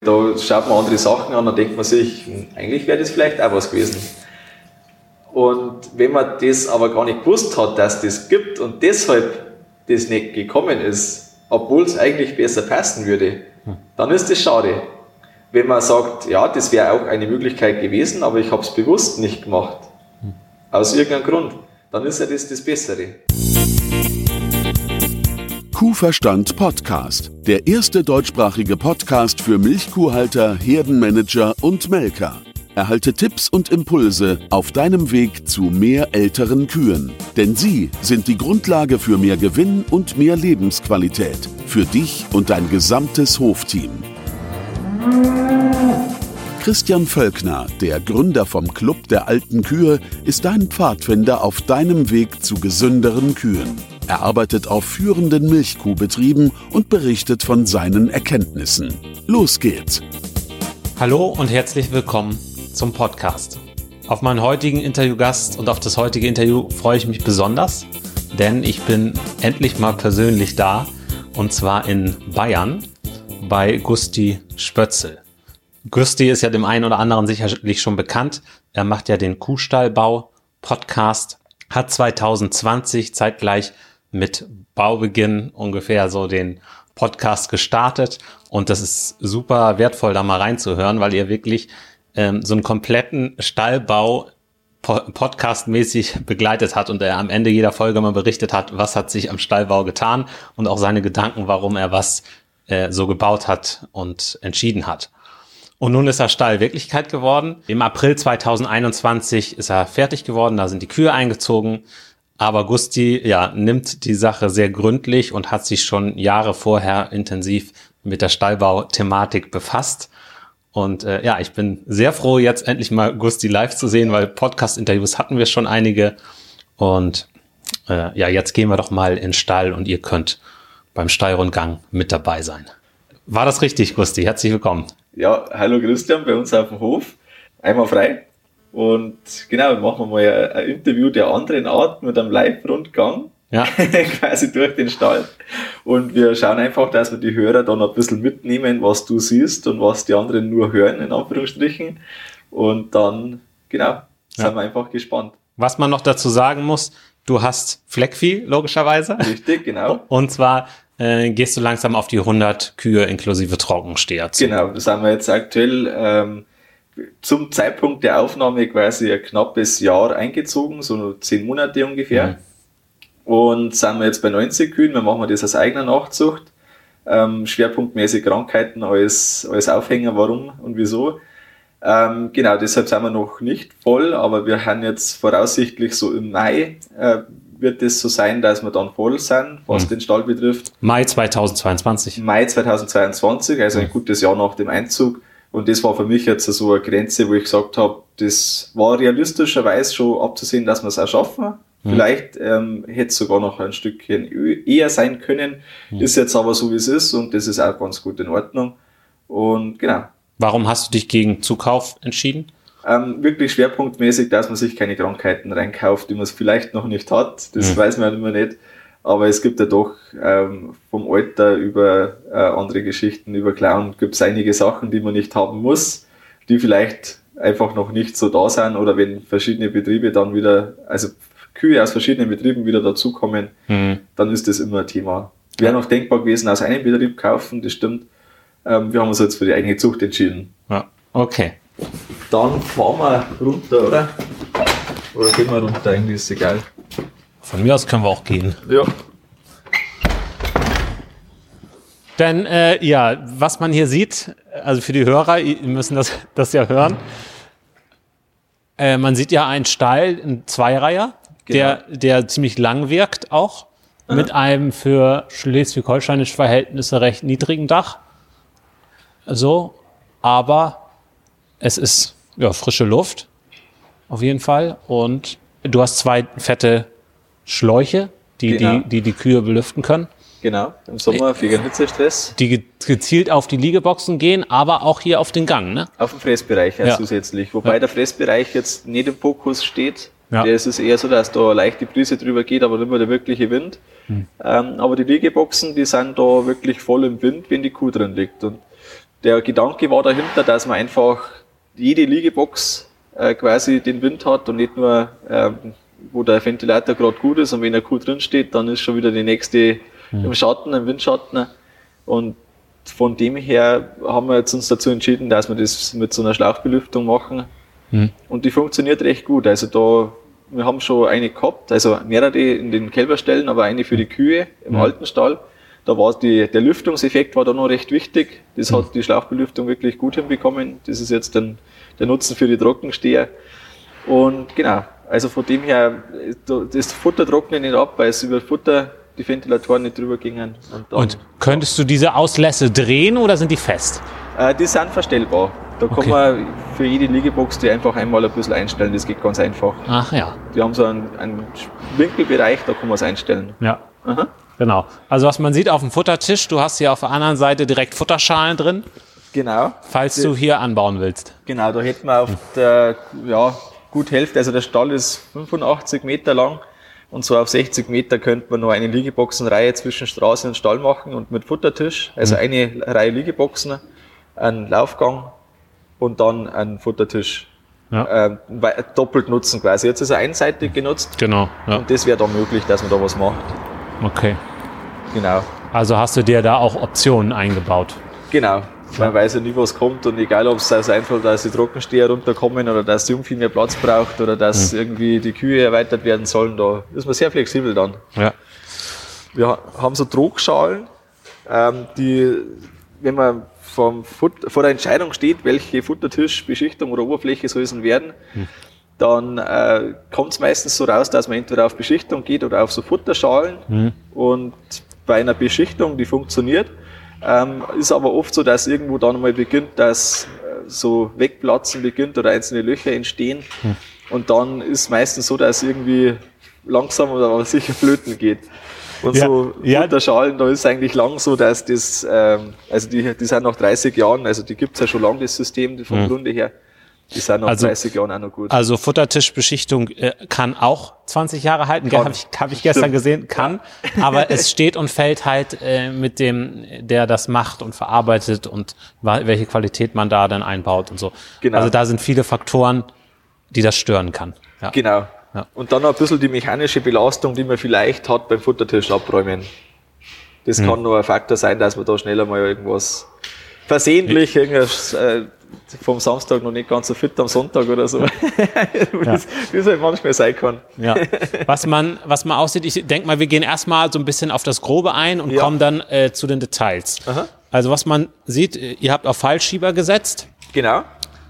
Da schaut man andere Sachen an, dann denkt man sich, eigentlich wäre das vielleicht auch was gewesen. Und wenn man das aber gar nicht gewusst hat, dass das gibt und deshalb das nicht gekommen ist, obwohl es eigentlich besser passen würde, dann ist das schade. Wenn man sagt, ja, das wäre auch eine Möglichkeit gewesen, aber ich habe es bewusst nicht gemacht, aus irgendeinem Grund, dann ist ja das Bessere. Kuhverstand Podcast, der erste deutschsprachige Podcast für Milchkuhhalter, Herdenmanager und Melker. Erhalte Tipps und Impulse auf deinem Weg zu mehr älteren Kühen. Denn sie sind die Grundlage für mehr Gewinn und mehr Lebensqualität. Für dich und dein gesamtes Hofteam. Christian Völkner, der Gründer vom Club der alten Kühe, ist dein Pfadfinder auf deinem Weg zu gesünderen Kühen. Er arbeitet auf führenden Milchkuhbetrieben und berichtet von seinen Erkenntnissen. Los geht's! Hallo und herzlich willkommen zum Podcast. Auf meinen heutigen Interviewgast und auf das heutige Interview freue ich mich besonders, denn ich bin endlich mal persönlich da, und zwar in Bayern bei Gusti Spötzl. Gusti ist ja dem einen oder anderen sicherlich schon bekannt. Er macht ja den Kuhstallbau-Podcast, hat 2020 zeitgleich mit Baubeginn ungefähr so den Podcast gestartet, und das ist super wertvoll, da mal reinzuhören, weil ihr wirklich so einen kompletten Stallbau podcastmäßig begleitet hat und er am Ende jeder Folge mal berichtet hat, was hat sich am Stallbau getan und auch seine Gedanken, warum er was so gebaut hat und entschieden hat. Und nun ist der Stall Wirklichkeit geworden. Im April 2021 ist er fertig geworden, da sind die Kühe eingezogen. Aber Gusti, nimmt die Sache sehr gründlich und hat sich schon Jahre vorher intensiv mit der Stallbau-Thematik befasst. Und ich bin sehr froh, jetzt endlich mal Gusti live zu sehen, weil Podcast-Interviews hatten wir schon einige. Und jetzt gehen wir doch mal in den Stall und ihr könnt beim Stallrundgang mit dabei sein. War das richtig, Gusti? Herzlich willkommen. Ja, hallo Christian, bei uns auf dem Hof. Einmal frei. Und genau, machen wir mal ein Interview der anderen Art mit einem Live-Rundgang. Ja. Quasi durch den Stall. Und wir schauen einfach, dass wir die Hörer dann ein bisschen mitnehmen, was du siehst und was die anderen nur hören, in Anführungsstrichen. Und dann, sind wir einfach gespannt. Was man noch dazu sagen muss, du hast Fleckvieh, logischerweise. Richtig, genau. Und zwar gehst du langsam auf die 100 Kühe inklusive Trockensteher zu. Genau, das haben wir jetzt aktuell zum Zeitpunkt der Aufnahme quasi ein knappes Jahr eingezogen, so 10 Monate ungefähr. Mhm. Und sind wir jetzt bei 90 Kühen, wir machen das als eigener Nachzucht. Schwerpunktmäßig Krankheiten als Aufhänger, warum und wieso. Deshalb sind wir noch nicht voll, aber wir haben jetzt voraussichtlich so im Mai wird es so sein, dass wir dann voll sind, was den Stall betrifft. Mai 2022. Mai 2022, also ein gutes Jahr nach dem Einzug. Und das war für mich jetzt so eine Grenze, wo ich gesagt habe, das war realistischerweise schon abzusehen, dass wir es auch schaffen. Vielleicht hätte es sogar noch ein Stückchen eher sein können. Ist jetzt aber so, wie es ist, und das ist auch ganz gut in Ordnung. Und genau. Warum hast du dich gegen Zukauf entschieden? Wirklich schwerpunktmäßig, dass man sich keine Krankheiten reinkauft, die man es vielleicht noch nicht hat. Das weiß man ja immer nicht. Aber es gibt ja doch vom Alter über andere Geschichten, über Clown, gibt es einige Sachen, die man nicht haben muss, die vielleicht einfach noch nicht so da sind, oder wenn verschiedene Betriebe dann wieder, also Kühe aus verschiedenen Betrieben wieder dazukommen, dann ist das immer ein Thema. Wäre noch denkbar gewesen, aus einem Betrieb kaufen, das stimmt. Wir haben uns jetzt für die eigene Zucht entschieden. Ja, okay. Dann fahren wir runter, oder? Oder gehen wir runter, eigentlich ist egal. Von mir aus können wir auch gehen. Ja. Denn was man hier sieht, also für die Hörer, die müssen das ja hören, man sieht ja einen Stall, einen Zweireiher, der ziemlich lang wirkt auch, mit einem für schleswig-holsteinische Verhältnisse recht niedrigen Dach. So, aber es ist frische Luft, auf jeden Fall. Und du hast 2 fette Schläuche, die Kühe belüften können. Genau, im Sommer gegen Hitzestress. Die gezielt auf die Liegeboxen gehen, aber auch hier auf den Gang, ne? Auf dem Fressbereich zusätzlich. Wobei der Fressbereich jetzt nicht im Fokus steht. Ja. Es ist eher so, dass da leicht die Brise drüber geht, aber nicht mehr der wirkliche Wind. Aber die Liegeboxen, die sind da wirklich voll im Wind, wenn die Kuh drin liegt. Und der Gedanke war dahinter, dass man einfach jede Liegebox quasi den Wind hat und nicht nur, wo der Ventilator gerade gut ist und wenn eine Kuh drin steht, dann ist schon wieder die nächste im Schatten, im Windschatten. Und von dem her haben wir jetzt uns dazu entschieden, dass wir das mit so einer Schlauchbelüftung machen. Und die funktioniert recht gut. Also wir haben schon eine gehabt, also mehrere in den Kälberställen, aber eine für die Kühe im alten Stall. Da war der Lüftungseffekt war da noch recht wichtig. Das hat die Schlauchbelüftung wirklich gut hinbekommen. Das ist jetzt dann der Nutzen für die Trockensteher. Und genau, also von dem her, das Futter trocknet nicht ab, weil es über Futter die Ventilatoren nicht drüber gingen. Und könntest du diese Auslässe drehen oder sind die fest? Die sind verstellbar. Da kann man für jede Liegebox die einfach einmal ein bisschen einstellen, das geht ganz einfach. Ach ja. Die haben so einen Winkelbereich, da kann man es einstellen. Ja, genau. Also was man sieht auf dem Futtertisch, du hast hier auf der anderen Seite direkt Futterschalen drin. Genau. Falls du hier anbauen willst. Genau, da hätten wir auf der gut Hälfte, also der Stall ist 85 Meter lang und so auf 60 Meter könnte man noch eine Liegeboxenreihe zwischen Straße und Stall machen und mit Futtertisch, also eine Reihe Liegeboxen, einen Laufgang und dann einen Futtertisch. Ja. Doppelt nutzen quasi. Jetzt ist er einseitig genutzt. Genau. Ja. Und das wäre dann möglich, dass man da was macht. Okay. Genau. Also hast du dir da auch Optionen eingebaut? Genau. Man weiß ja nie, was kommt und egal, ob es also einfach, dass die Trockensteher runterkommen oder dass die Jungvieh mehr Platz braucht oder dass irgendwie die Kühe erweitert werden sollen, da ist man sehr flexibel dann. Ja. Wir haben so Trogschalen, die, wenn man vor der Entscheidung steht, welche Futtertisch, Beschichtung oder Oberfläche soll es denn werden, dann kommt es meistens so raus, dass man entweder auf Beschichtung geht oder auf so Futterschalen. Und bei einer Beschichtung, die funktioniert, ist aber oft so, dass irgendwo dann mal beginnt, dass so Wegplatzen beginnt oder einzelne Löcher entstehen. Und dann ist meistens so, dass irgendwie langsam oder sicher flöten geht. Und so Futterschalen, da ist es eigentlich lang so, dass das, also die sind nach 30 Jahren, also die gibt's ja schon lange, das System vom Grunde her, die sind nach 30 Jahren auch noch gut. Also Futtertischbeschichtung kann auch 20 Jahre halten, hab ich gestern gesehen, kann, aber es steht und fällt halt mit dem, der das macht und verarbeitet und welche Qualität man da dann einbaut und so. Genau. Also da sind viele Faktoren, die das stören kann. Ja. Genau. Ja. Und dann noch ein bisschen die mechanische Belastung, die man vielleicht hat beim Futtertisch abräumen. Das kann noch ein Faktor sein, dass man da schneller mal irgendwas versehentlich, irgendwas vom Samstag noch nicht ganz so fit am Sonntag oder so, wie es halt manchmal sein kann. Ja. Was man aussieht, ich denke mal, wir gehen erstmal so ein bisschen auf das Grobe ein und kommen dann zu den Details. Aha. Also was man sieht, ihr habt auf Fallschieber gesetzt. Genau.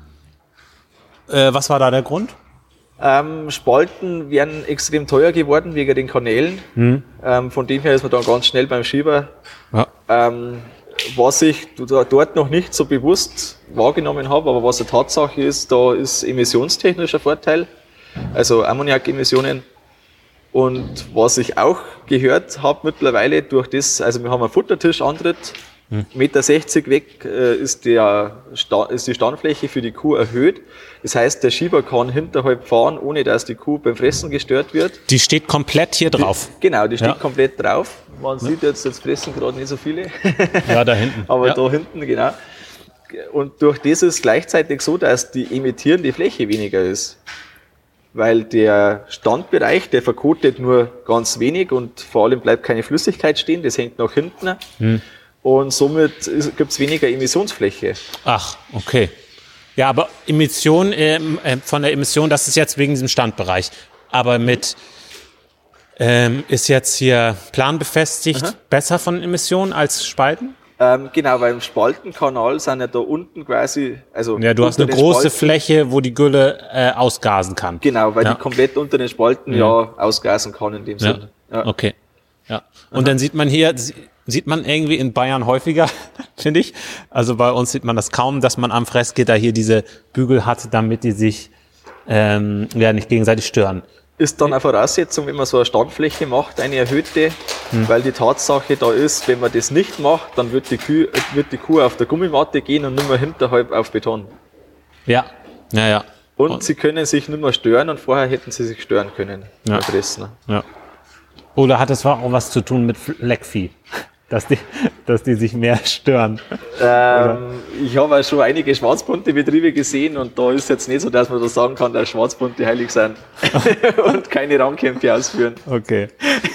Was war da der Grund? Spalten wären extrem teuer geworden wegen den Kanälen. Von dem her ist man dann ganz schnell beim Schieber. Ja. Was ich dort noch nicht so bewusst wahrgenommen habe, aber was eine Tatsache ist, da ist emissionstechnischer Vorteil, also Ammoniakemissionen. Und was ich auch gehört habe mittlerweile durch das, also wir haben einen Futtertischantritt, 1,60 Meter weg ist die Standfläche für die Kuh erhöht. Das heißt, der Schieber kann hinterhalb fahren, ohne dass die Kuh beim Fressen gestört wird. Die steht komplett hier drauf. Genau, die steht komplett drauf. Man sieht jetzt fressen gerade nicht so viele. Ja, da hinten. Aber da hinten, genau. Und durch das ist gleichzeitig so, dass die emittierende Fläche weniger ist. Weil der Standbereich, der verkotet nur ganz wenig und vor allem bleibt keine Flüssigkeit stehen, das hängt nach hinten. Und somit gibt es weniger Emissionsfläche. Ach, okay. Ja, aber Emission, von der Emission, das ist jetzt wegen diesem Standbereich. Aber ist jetzt hier planbefestigt besser von Emissionen als Spalten? Genau, weil im Spaltenkanal sind ja da unten quasi, also ja, du hast eine große Fläche, wo die Gülle ausgasen kann. Genau, weil die komplett unter den Spalten ausgasen kann in dem Sinne. Ja. Okay. Ja. Und dann sieht man hier, irgendwie in Bayern häufiger, finde ich. Also bei uns sieht man das kaum, dass man am Fressgitter hier diese Bügel hat, damit die sich nicht gegenseitig stören. Ist dann eine Voraussetzung, wenn man so eine Standfläche macht, eine erhöhte, weil die Tatsache da ist, wenn man das nicht macht, dann wird die Kuh auf der Gummimatte gehen und nicht mehr hinterhalb auf Beton. Ja. Und sie können sich nicht mehr stören und vorher hätten sie sich stören können beim Fressen. Ja. Oder hat das auch was zu tun mit Leckvieh? dass die sich mehr stören. Ich habe auch schon einige schwarzbunte Betriebe gesehen und da ist jetzt nicht so, dass man da sagen kann, dass Schwarzbunte heilig sind und keine Rangkämpfe ausführen. Okay.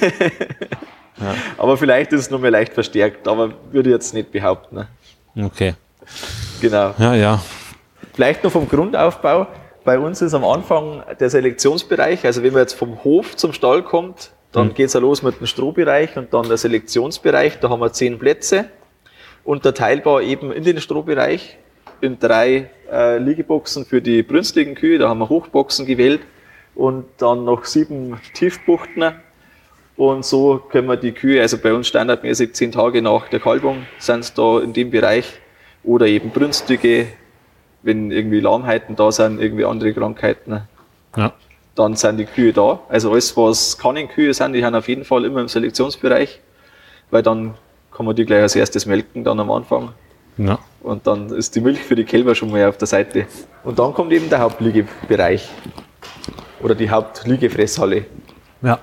Ja. Aber vielleicht ist es noch mal leicht verstärkt, aber würde ich jetzt nicht behaupten. Ne? Okay. Genau. Ja. Vielleicht noch vom Grundaufbau. Bei uns ist am Anfang der Selektionsbereich, also wenn man jetzt vom Hof zum Stall kommt, dann geht es ja los mit dem Strohbereich und dann der Selektionsbereich. Da haben wir 10 Plätze, unterteilbar eben in den Strohbereich in 3 Liegeboxen für die brünstigen Kühe. Da haben wir Hochboxen gewählt und dann noch 7 Tiefbuchten. Und so können wir die Kühe, also bei uns standardmäßig 10 Tage nach der Kalbung sind es da in dem Bereich oder eben brünstige, wenn irgendwie Lahmheiten da sind, irgendwie andere Krankheiten. Ja. Dann sind die Kühe da. Also alles, was Kannenkühe sind, die sind auf jeden Fall immer im Selektionsbereich, weil dann kann man die gleich als erstes melken, dann am Anfang. Ja. Und dann ist die Milch für die Kälber schon mal auf der Seite. Und dann kommt eben der Hauptliegebereich oder die Hauptliegefresshalle. Ja.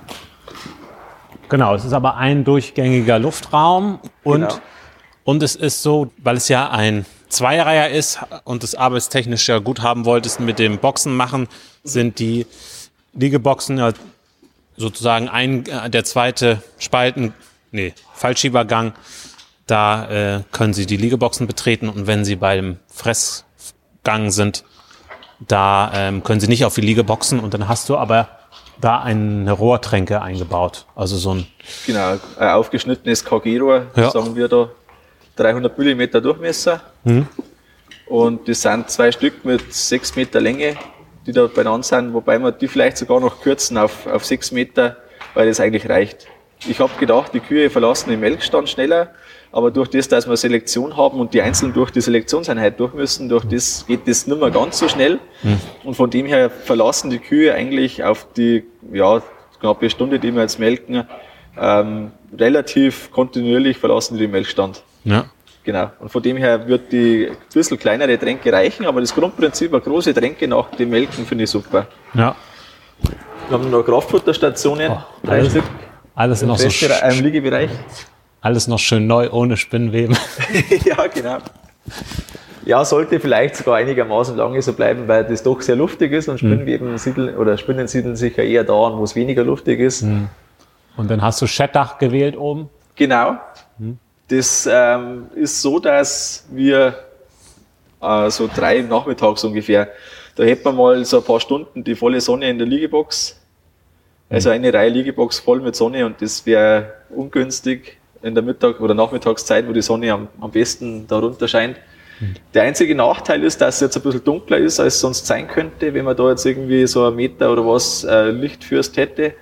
Genau, es ist aber ein durchgängiger Luftraum und es ist so, weil es ja ein Zweireiher ist und es arbeitstechnisch ja gut haben wolltest mit dem Boxen machen, sind die Liegeboxen ja sozusagen der zweite Fallschiebergang. Da können Sie die Liegeboxen betreten und wenn Sie beim Fressgang sind, da können Sie nicht auf die Liegeboxen und dann hast du aber da eine Rohrtränke eingebaut. Also so ein... Genau, ein aufgeschnittenes KG-Rohr, sagen wir da, 300 mm Durchmesser. Und das sind 2 Stück mit 6 Meter Länge, die da beieinander sind, wobei wir die vielleicht sogar noch kürzen auf 6 Meter, weil das eigentlich reicht. Ich habe gedacht, die Kühe verlassen den Melkstand schneller, aber durch das, dass wir Selektion haben und die einzeln durch die Selektionseinheit durch müssen, durch das geht das nicht mehr ganz so schnell. Und von dem her verlassen die Kühe eigentlich auf die knappe Stunde, die wir jetzt melken, relativ kontinuierlich verlassen die den Melkstand. Ja. Genau. Und von dem her wird die ein bisschen kleinere Tränke reichen, aber das Grundprinzip, eine große Tränke nach dem Melken, finde ich super. Ja. Wir haben noch Kraftfutterstationen, 3 Stück. Alles noch so im Liegebereich. Alles noch schön neu, ohne Spinnweben. Ja, genau. Ja, sollte vielleicht sogar einigermaßen lange so bleiben, weil das doch sehr luftig ist und Spinnen siedeln sich ja eher da an, wo es weniger luftig ist. Und dann hast du Schettdach gewählt oben? Genau. Das ist so, dass wir so 3 nachmittags ungefähr, da hätten wir mal so ein paar Stunden die volle Sonne in der Liegebox. Also eine Reihe Liegebox voll mit Sonne und das wäre ungünstig in der Mittag- oder Nachmittagszeit, wo die Sonne am besten darunter scheint. Der einzige Nachteil ist, dass es jetzt ein bisschen dunkler ist, als es sonst sein könnte, wenn man da jetzt irgendwie so 1 Meter oder was Lichtfürst hätte.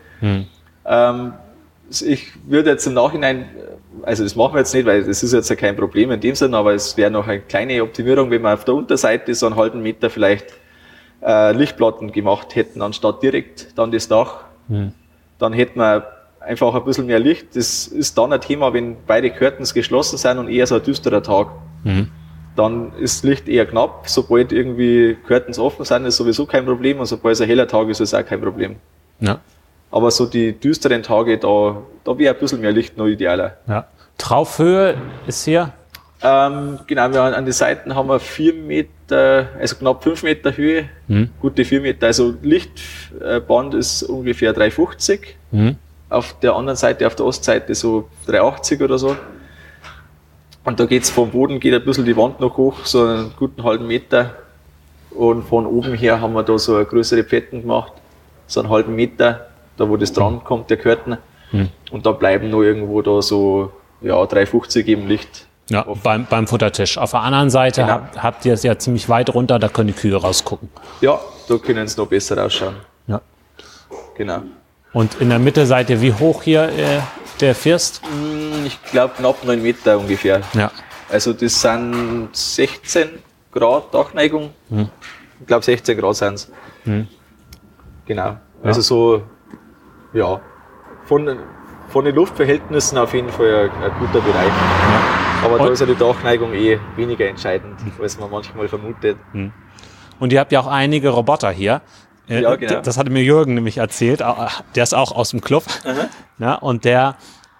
Ich würde jetzt im Nachhinein, also das machen wir jetzt nicht, weil das ist jetzt ja kein Problem in dem Sinne, aber es wäre noch eine kleine Optimierung, wenn wir auf der Unterseite so einen halben Meter vielleicht Lichtplatten gemacht hätten, anstatt direkt dann das Dach. Dann hätten wir einfach ein bisschen mehr Licht. Das ist dann ein Thema, wenn beide Curtains geschlossen sind und eher so ein düsterer Tag. Dann ist Licht eher knapp. Sobald irgendwie Curtains offen sind, ist sowieso kein Problem und sobald es ein heller Tag ist, ist es auch kein Problem. Ja. Aber so die düsteren Tage, da wäre ein bisschen mehr Licht noch idealer. Ja. Traufhöhe ist hier? Genau, an den Seiten haben wir 4 Meter, also knapp 5 Meter Höhe, gute 4 Meter. Also Lichtband ist ungefähr 3,50. Auf der anderen Seite, auf der Ostseite so 3,80 oder so. Und da geht's vom Boden, geht ein bisschen die Wand noch hoch, so einen guten halben Meter. Und von oben her haben wir da so eine größere Pfetten gemacht, so einen halben Meter, da wo das dran kommt, der Curtain. Und da bleiben noch irgendwo da so 3,50 eben Licht. Ja, beim Futtertisch. Auf der anderen Seite habt ihr es ja ziemlich weit runter, da können die Kühe rausgucken. Ja, da können sie noch besser rausschauen. Ja. Genau. Und in der Mitte seid ihr wie hoch hier der First? Ich glaube knapp 9 Meter ungefähr. Ja. Also das sind 16 Grad Dachneigung. Ich glaube 16 Grad sind es. Genau. Also so, von den Luftverhältnissen auf jeden Fall ein guter Bereich. Ja. Aber da ist ja die Dachneigung weniger entscheidend, als man manchmal vermutet. Und ihr habt ja auch einige Roboter hier. Ja, genau. Das hatte mir Jürgen nämlich erzählt. Der ist auch aus dem Club. Ja, und der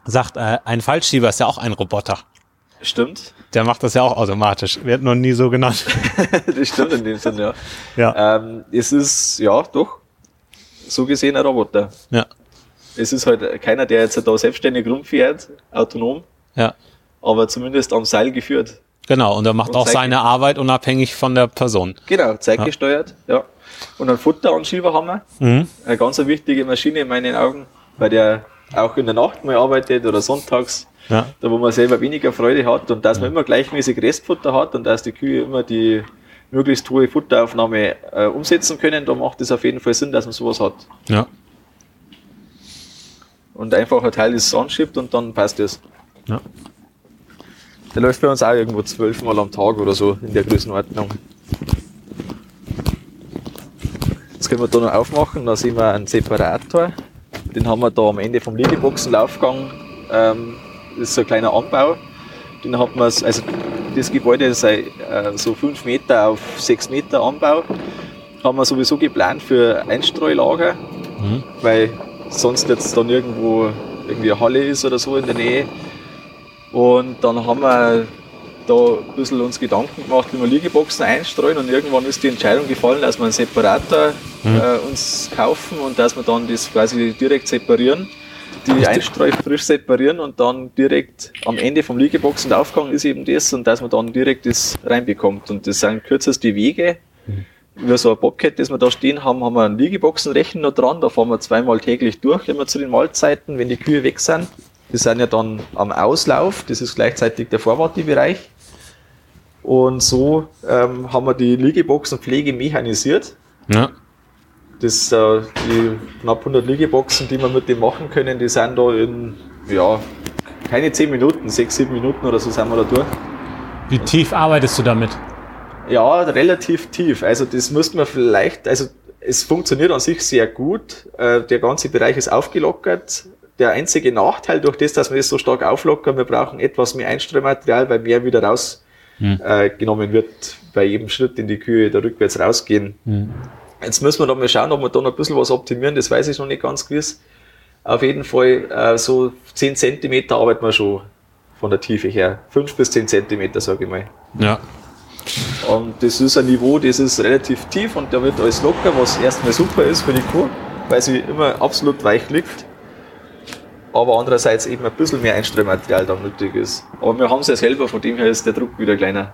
sagt, ein Fallschieber ist ja auch ein Roboter. Stimmt. Der macht das ja auch automatisch. Wird noch nie so genannt. Das stimmt in dem Sinne, Ja. Es ist, ja, doch, so gesehen ein Roboter. Ja. Es ist halt keiner, der jetzt da selbstständig rumfährt, autonom, Ja. aber zumindest am Seil geführt. Genau, und er macht Und auch seine Arbeit unabhängig von der Person. Genau, zeitgesteuert, ja. Und einen Futteranschieber haben wir. Mhm. Eine ganz wichtige Maschine in meinen Augen, weil der auch in der Nacht mal arbeitet oder sonntags, Ja. da wo man selber weniger Freude hat und dass man immer gleichmäßig Restfutter hat und dass die Kühe immer die möglichst hohe Futteraufnahme umsetzen können, da macht es auf jeden Fall Sinn, dass man sowas hat. Ja. Und einfach ein Teil ist anschiebt und dann passt das. Ja. Der läuft bei uns auch irgendwo 12 Mal am Tag oder so in der Größenordnung. Jetzt können wir da noch aufmachen, da sehen wir einen Separator. Den haben wir da am Ende vom Liegeboxenlaufgang. Das ist so ein kleiner Anbau. Den hat man, also das Gebäude ist so 5 Meter auf 6 Meter Anbau. Haben wir sowieso geplant für Einstreulager, weil sonst jetzt dann irgendwo irgendwie eine Halle ist oder so in der Nähe. Und dann haben wir da ein bisschen uns Gedanken gemacht, wie wir Liegeboxen einstreuen, und irgendwann ist die Entscheidung gefallen, dass wir einen Separator uns kaufen und dass wir dann das quasi direkt separieren, die Einstreu frisch separieren und dann direkt am Ende vom Liegeboxenaufgang ist eben das, und dass man dann direkt das reinbekommt. Und das sind kürzeste Wege. Über so ein Bobcat, das wir da stehen haben, haben wir einen Liegeboxenrechner noch dran, da fahren wir 2-mal täglich durch, immer zu den Mahlzeiten, wenn die Kühe weg sind. Die sind ja dann am Auslauf, das ist gleichzeitig der Vorwartebereich. Und so haben wir die Liegeboxenpflege mechanisiert. Ja. Das, die knapp 100 Liegeboxen, die wir mit dem machen können, die sind da in, ja, keine 10 Minuten, 6-7 Minuten oder so sind wir da durch. Wie tief arbeitest du damit? Ja, relativ tief. Also das müsste man vielleicht, also es funktioniert an sich sehr gut. Der ganze Bereich ist aufgelockert. Der einzige Nachteil durch das, dass wir das so stark auflockern, wir brauchen etwas mehr Einstreumaterial, weil mehr wieder rausgenommen wird bei jedem Schritt, den die Kühe da rückwärts rausgehen. Jetzt müssen wir da mal schauen, ob wir da noch ein bisschen was optimieren, das weiß ich noch nicht ganz gewiss. Auf jeden Fall so 10 cm arbeiten wir schon von der Tiefe her. 5 bis 10 cm, sage ich mal. Ja. Und das ist ein Niveau, das ist relativ tief und da wird alles locker, was erstmal super ist für die Kuh, weil sie immer absolut weich liegt. Aber andererseits eben ein bisschen mehr Einstreumaterial da nötig ist. Aber wir haben es ja selber, von dem her ist der Druck wieder kleiner.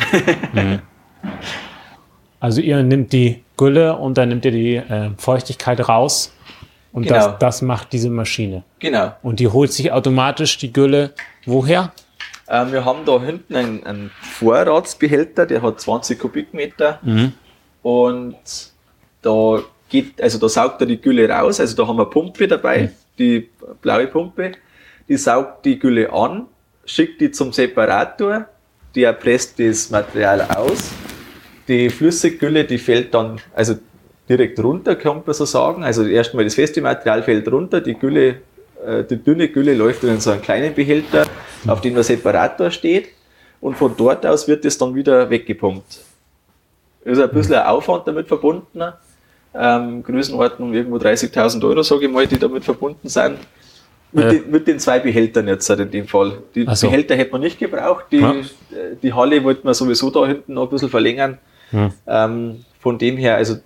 Also ihr nehmt die Gülle und dann nehmt ihr die Feuchtigkeit raus und Genau. das macht diese Maschine. Genau. Und die holt sich automatisch die Gülle woher? Wir haben da hinten einen Vorratsbehälter, der hat 20 Kubikmeter. Und da saugt er die Gülle raus. Also da haben wir eine Pumpe dabei, die blaue Pumpe. Die saugt die Gülle an, schickt die zum Separator, der presst das Material aus. Die Flüssiggülle, die fällt dann also direkt runter, kann man so sagen. Also erstmal das feste Material fällt runter, die dünne Gülle läuft in so einen kleinen Behälter, auf dem der Separator steht, und von dort aus wird es dann wieder weggepumpt. Ist ein bisschen ein Aufwand damit verbunden. Größenordnung irgendwo 30.000 Euro, sage ich mal, die damit verbunden sind. Mit den 2 Behältern jetzt in dem Fall. Die Behälter hätte man nicht gebraucht. Die Halle wollte man sowieso da hinten noch ein bisschen verlängern. Von dem her, also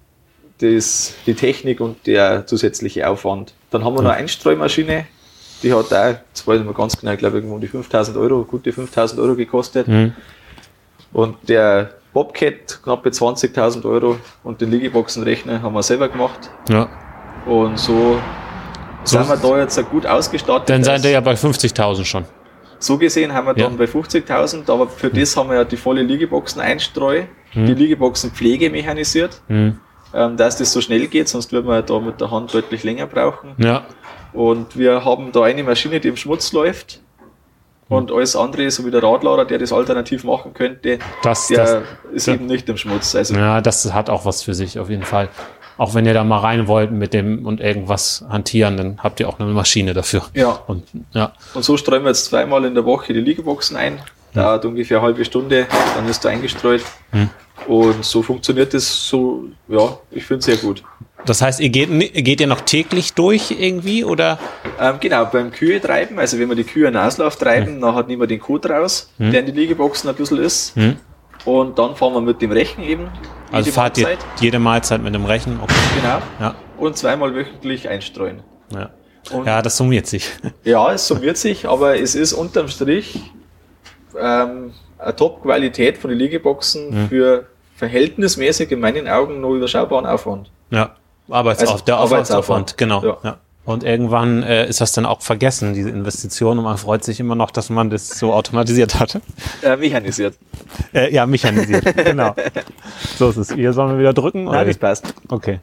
die Technik und der zusätzliche Aufwand. Dann haben wir noch eine Einstreumaschine, die hat auch, das weiß ich nicht ganz genau, ich glaube irgendwo um die 5.000 Euro, gute 5.000 Euro gekostet. Und der Bobcat knappe 20.000 Euro und den Liegeboxenrechner haben wir selber gemacht. Ja. Und so sind wir da jetzt gut ausgestattet. Dann seid ihr ja bei 50.000 schon. So gesehen haben wir dann bei 50.000, aber für das haben wir ja die volle Liegeboxen-Einstreu, die Liegeboxenpflege mechanisiert, dass das so schnell geht, sonst würden wir da mit der Hand deutlich länger brauchen. Ja. Und wir haben da eine Maschine, die im Schmutz läuft, und alles andere, so wie der Radlader, der das alternativ machen könnte, der ist eben nicht im Schmutz. Also ja, das hat auch was für sich auf jeden Fall. Auch wenn ihr da mal rein wollt mit dem und irgendwas hantieren, dann habt ihr auch eine Maschine dafür. Ja. Und so streuen wir jetzt 2-mal in der Woche die Liegeboxen ein. Dauert ungefähr eine halbe Stunde, dann ist er eingestreut. Und so funktioniert das so, ja, ich finde es sehr gut. Das heißt, geht ihr noch täglich durch irgendwie, oder? Genau, beim Kühe treiben, also wenn wir die Kühe in den Auslauf treiben, dann nehmen wir den Kot raus, der in die Liegeboxen ein bisschen ist. Und dann fahren wir mit dem Rechen eben. Also fahrt ihr jede Mahlzeit mit dem Rechen? Okay. Genau. Ja. Und zweimal wöchentlich einstreuen. Ja. Ja, das summiert sich. Ja, es summiert sich, aber es ist unterm Strich eine Top-Qualität von den Liegeboxen für verhältnismäßig in meinen Augen noch überschaubaren Aufwand. Ja, Arbeitsaufwand, genau. Ja. Ja. Und irgendwann ist das dann auch vergessen, diese Investition, und man freut sich immer noch, dass man das so automatisiert hatte. Mechanisiert. Ja, mechanisiert, genau. So ist es. Hier sollen wir wieder drücken? Nein, das passt. Okay.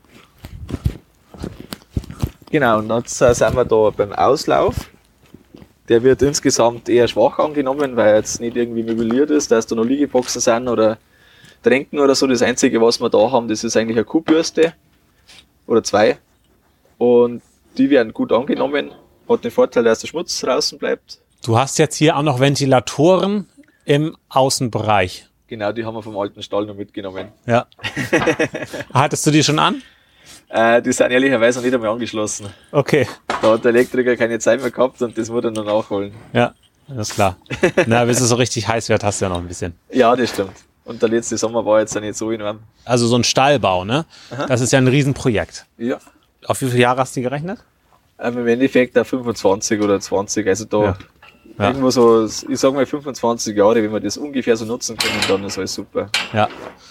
Genau, und jetzt sind wir da beim Auslauf. Der wird insgesamt eher schwach angenommen, weil er jetzt nicht irgendwie möbliert ist, dass da noch Liegeboxen sind oder Tränken oder so. Das Einzige, was wir da haben, das ist eigentlich eine Kuhbürste oder 2. Und die werden gut angenommen. Hat den Vorteil, dass der Schmutz draußen bleibt. Du hast jetzt hier auch noch Ventilatoren im Außenbereich. Genau, die haben wir vom alten Stall noch mitgenommen. Ja. Hattest du die schon an? Die sind ehrlicherweise noch nicht einmal angeschlossen. Okay. Da hat der Elektriker keine Zeit mehr gehabt und das muss er noch nachholen. Ja, das ist klar. Na, bis es so richtig heiß wird, hast du ja noch ein bisschen. Ja, das stimmt. Und der letzte Sommer war jetzt nicht so enorm. Also so ein Stallbau, ne? Aha. Das ist ja ein Riesenprojekt. Ja. Auf wie viele Jahre hast du gerechnet? Im Endeffekt auf 25 oder 20. Also da irgendwo so, ich sag mal 25 Jahre, wenn wir das ungefähr so nutzen können, dann ist alles super. Ja.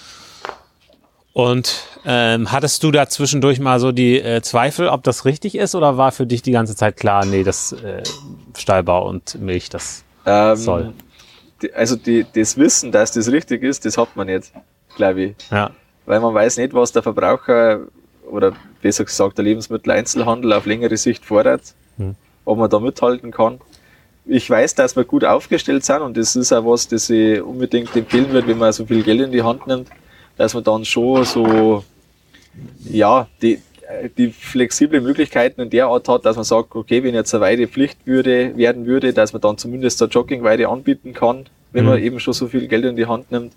Und hattest du da zwischendurch mal so die Zweifel, ob das richtig ist, oder war für dich die ganze Zeit klar, nee, das Stallbau und Milch, das soll? Das Wissen, dass das richtig ist, das hat man nicht, glaube ich. Ja. Weil man weiß nicht, was der Verbraucher oder besser gesagt der Lebensmitteleinzelhandel auf längere Sicht fordert, ob man da mithalten kann. Ich weiß, dass wir gut aufgestellt sind, und das ist auch was, das ich unbedingt empfehlen würde, wenn man so viel Geld in die Hand nimmt, dass man dann schon so, ja, die flexible Möglichkeiten in der Art hat, dass man sagt, okay, wenn jetzt eine Weide Pflicht werden würde, dass man dann zumindest eine Joggingweide anbieten kann, wenn man eben schon so viel Geld in die Hand nimmt.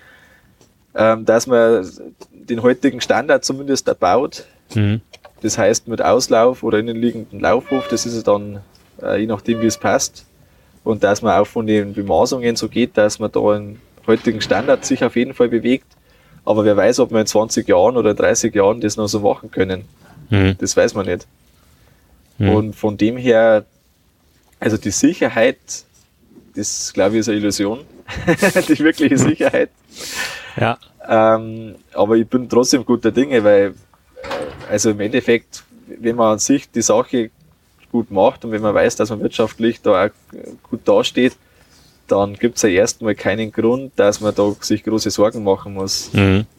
Dass man den heutigen Standard zumindest erbaut. Das heißt mit Auslauf oder innenliegenden Laufhof, das ist ja dann je nachdem, wie es passt. Und dass man auch von den Bemaßungen so geht, dass man da einen heutigen Standard sich auf jeden Fall bewegt. Aber wer weiß, ob wir in 20 Jahren oder 30 Jahren das noch so machen können. Das weiß man nicht. Und von dem her, also die Sicherheit, das glaube ich ist eine Illusion. Die wirkliche Sicherheit. Ja. Aber ich bin trotzdem guter Dinge, weil also im Endeffekt, wenn man an sich die Sache gut macht und wenn man weiß, dass man wirtschaftlich da auch gut dasteht, dann gibt es ja erstmal keinen Grund, dass man da sich große Sorgen machen muss.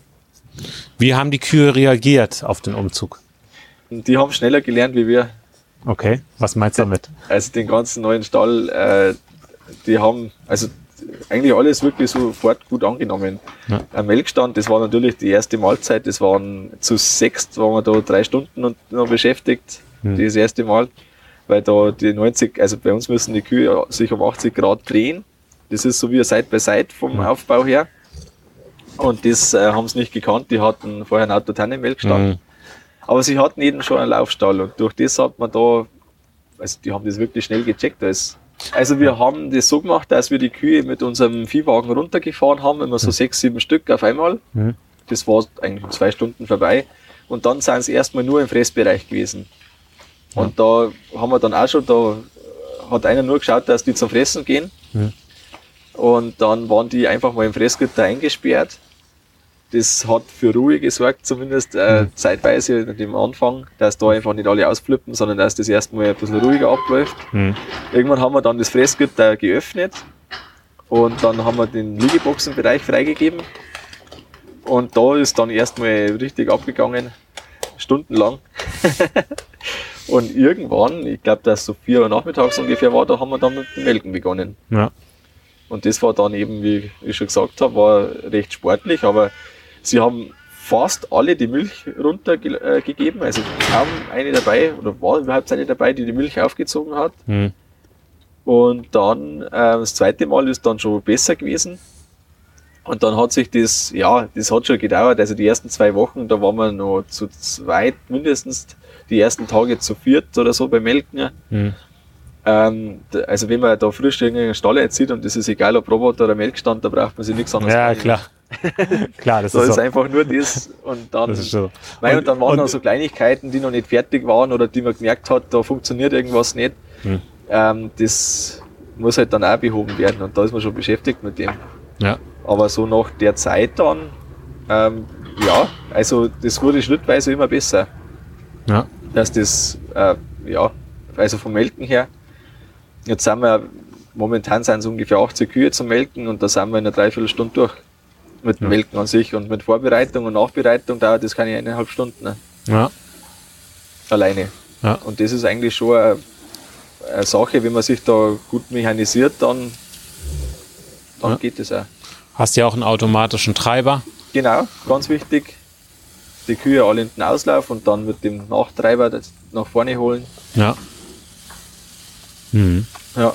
Wie haben die Kühe reagiert auf den Umzug? Die haben schneller gelernt wie wir. Okay, was meinst du damit? Also den ganzen neuen Stall, die haben also eigentlich alles wirklich sofort gut angenommen. Ja. Ein Melkstand, das war natürlich die erste Mahlzeit, das waren zu 6, waren wir da 3 Stunden noch beschäftigt, das erste Mal, weil da die 90, also bei uns müssen die Kühe sich um 80 Grad drehen. Das ist so wie ein Side-by-Side vom Aufbau her. Und das haben sie nicht gekannt. Die hatten vorher einen Autotannenmelkstand. Aber sie hatten eben schon einen Laufstall. Und durch das hat man da, also die haben das wirklich schnell gecheckt. Also wir haben das so gemacht, dass wir die Kühe mit unserem Viehwagen runtergefahren haben, immer so 6, 7 Stück auf einmal. Das war eigentlich in 2 Stunden vorbei. Und dann sind sie erstmal nur im Fressbereich gewesen. Und da haben wir dann auch schon, da hat einer nur geschaut, dass die zum Fressen gehen. Und dann waren die einfach mal im Fressgitter eingesperrt. Das hat für Ruhe gesorgt, zumindest zeitweise am Anfang, dass da einfach nicht alle ausflippen, sondern dass das erstmal ein bisschen ruhiger abläuft. Irgendwann haben wir dann das Fressgitter geöffnet und dann haben wir den Liegeboxenbereich freigegeben. Und da ist dann erstmal richtig abgegangen, stundenlang. Und irgendwann, ich glaube, dass so 4 Uhr nachmittags ungefähr war, da haben wir dann mit dem Melken begonnen. Ja. Und das war dann eben, wie ich schon gesagt habe, war recht sportlich, aber sie haben fast alle die Milch runtergegeben, also kaum eine dabei, oder war überhaupt eine dabei, die Milch aufgezogen hat. Und dann, das zweite Mal ist dann schon besser gewesen. Und dann hat sich das hat schon gedauert. Also die ersten 2 Wochen, da waren wir noch zu zweit, mindestens die ersten Tage zu viert oder so beim Melken. Also wenn man da frisch irgendeinen Stall einzieht und das ist egal, ob Roboter oder Melkstand, da braucht man sich nichts anderes Ja, klar. Klar, das da ist ist so. einfach nur das und dann, Das ist so. und dann waren noch so Kleinigkeiten, die noch nicht fertig waren oder die man gemerkt hat, da funktioniert irgendwas nicht. Das muss halt dann auch behoben werden und da ist man schon beschäftigt mit dem. Ja. Aber so nach der Zeit dann, also das wurde schrittweise immer besser. Ja. Dass das, also vom Melken her, jetzt momentan sind es ungefähr 80 Kühe zum Melken und da sind wir in einer Dreiviertelstunde durch. Mit dem Melken an sich und mit Vorbereitung und Nachbereitung dauert das keine 1,5 Stunden. Ne? Ja. Alleine. Ja. Und das ist eigentlich schon eine Sache, wenn man sich da gut mechanisiert, dann geht das auch. Hast ja auch einen automatischen Treiber. Genau, ganz wichtig. Die Kühe alle in den Auslauf und dann mit dem Nachtreiber das nach vorne holen. Ja. Ja.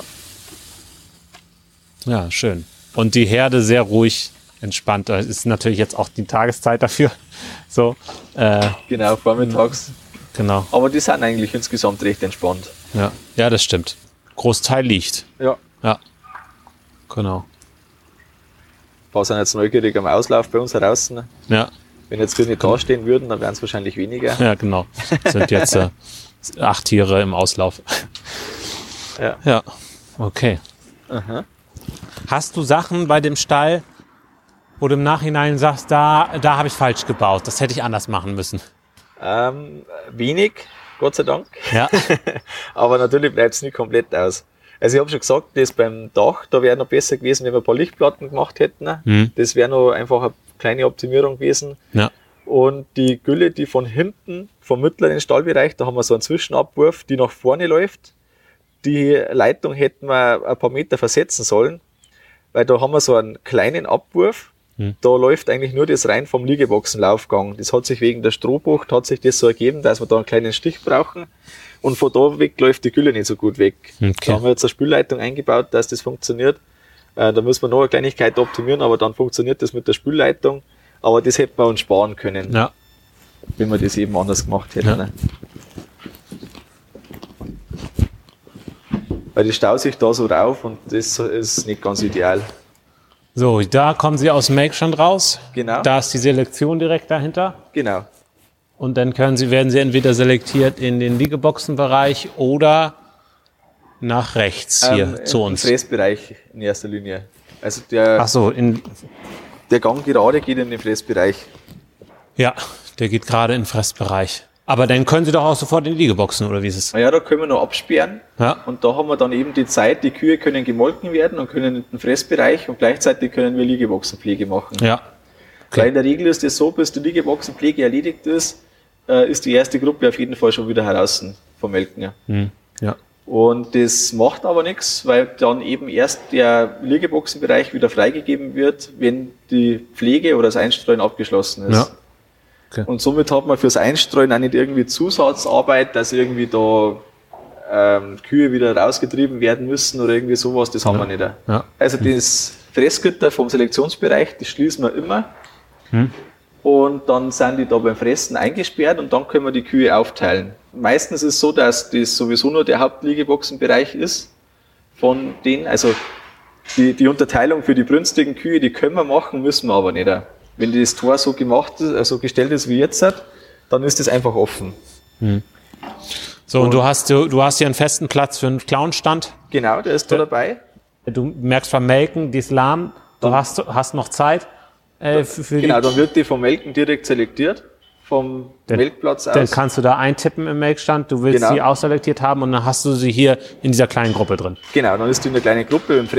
Ja, schön. Und die Herde sehr ruhig, entspannt. Das ist natürlich jetzt auch die Tageszeit dafür. So. Genau, vormittags. Genau. Aber die sind eigentlich insgesamt recht entspannt. Ja. Ja, das stimmt. Großteil liegt. Ja. Ja. Genau. Ein paar sind jetzt neugierig am Auslauf bei uns draußen. Ja. Wenn jetzt Kühe nicht dastehen würden, dann wären es wahrscheinlich weniger. Ja, genau. Sind jetzt 8 Tiere im Auslauf. Ja. Ja. Okay. Aha. Hast du Sachen bei dem Stall, wo du im Nachhinein sagst, da habe ich falsch gebaut, das hätte ich anders machen müssen? Wenig, Gott sei Dank. Ja. Aber natürlich bleibt es nicht komplett aus. Also ich habe schon gesagt, das beim Dach, da wäre noch besser gewesen, wenn wir ein paar Lichtplatten gemacht hätten. Das wäre noch einfach eine kleine Optimierung gewesen. Ja. Und die Gülle, die von hinten, vom mittleren Stallbereich, da haben wir so einen Zwischenabwurf, die nach vorne läuft. Die Leitung hätten wir ein paar Meter versetzen sollen, weil da haben wir so einen kleinen Abwurf. Da läuft eigentlich nur das rein vom Liegeboxenlaufgang. Das hat sich wegen der Strohbucht hat sich das so ergeben, dass wir da einen kleinen Stich brauchen. Und von da weg läuft die Gülle nicht so gut weg. Okay. Da haben wir jetzt eine Spülleitung eingebaut, dass das funktioniert. Da müssen wir noch eine Kleinigkeit optimieren, aber dann funktioniert das mit der Spülleitung. Aber das hätten wir uns sparen können, Ja. wenn wir das eben anders gemacht hätten. Ja. Ne? Weil das staut sich da so rauf und das ist nicht ganz ideal. So, da kommen sie aus dem Melkstand raus. Genau. Da ist die Selektion direkt dahinter. Genau. Und dann werden sie entweder selektiert in den Liegeboxenbereich oder nach rechts hier zu uns. Im Fressbereich in erster Linie. Also der Ach so, Gang gerade geht in den Fressbereich. ja, der geht gerade in den Fressbereich. Aber dann können sie doch auch sofort in die Liegeboxen, oder wie ist es? Naja, da können wir noch absperren. Ja. Und da haben wir dann eben die Zeit, die Kühe können gemolken werden und können in den Fressbereich und gleichzeitig können wir Liegeboxenpflege machen. Ja. Weil in der Regel ist es so, bis die Liegeboxenpflege erledigt ist, ist die erste Gruppe auf jeden Fall schon wieder heraus vom Melken. Ja. Und das macht aber nichts, weil dann eben erst der Liegeboxenbereich wieder freigegeben wird, wenn die Pflege oder das Einstreuen abgeschlossen ist. Ja. Okay. Und somit hat man fürs Einstreuen auch nicht irgendwie Zusatzarbeit, dass irgendwie da Kühe wieder rausgetrieben werden müssen oder irgendwie sowas, das haben wir nicht. Ja. Also das Fressgitter vom Selektionsbereich, das schließen wir immer. Und dann sind die da beim Fressen eingesperrt und dann können wir die Kühe aufteilen. Meistens ist es so, dass das sowieso nur der Hauptliegeboxenbereich ist von denen. Also die Unterteilung für die brünstigen Kühe, die können wir machen, müssen wir aber nicht. Wenn das Tor so gemacht ist, also gestellt ist wie jetzt, dann ist das einfach offen. So, und du hast hier einen festen Platz für einen Clownstand. Genau, der ist da dabei. Du merkst beim Melken, die ist lahm, du hast noch Zeit. Für Genau, dann wird die vom Melken direkt selektiert, vom Melkplatz aus. Dann kannst du da eintippen im Melkstand, du willst sie ausselektiert haben und dann hast du sie hier in dieser kleinen Gruppe drin. Genau, dann ist die in der kleinen Gruppe im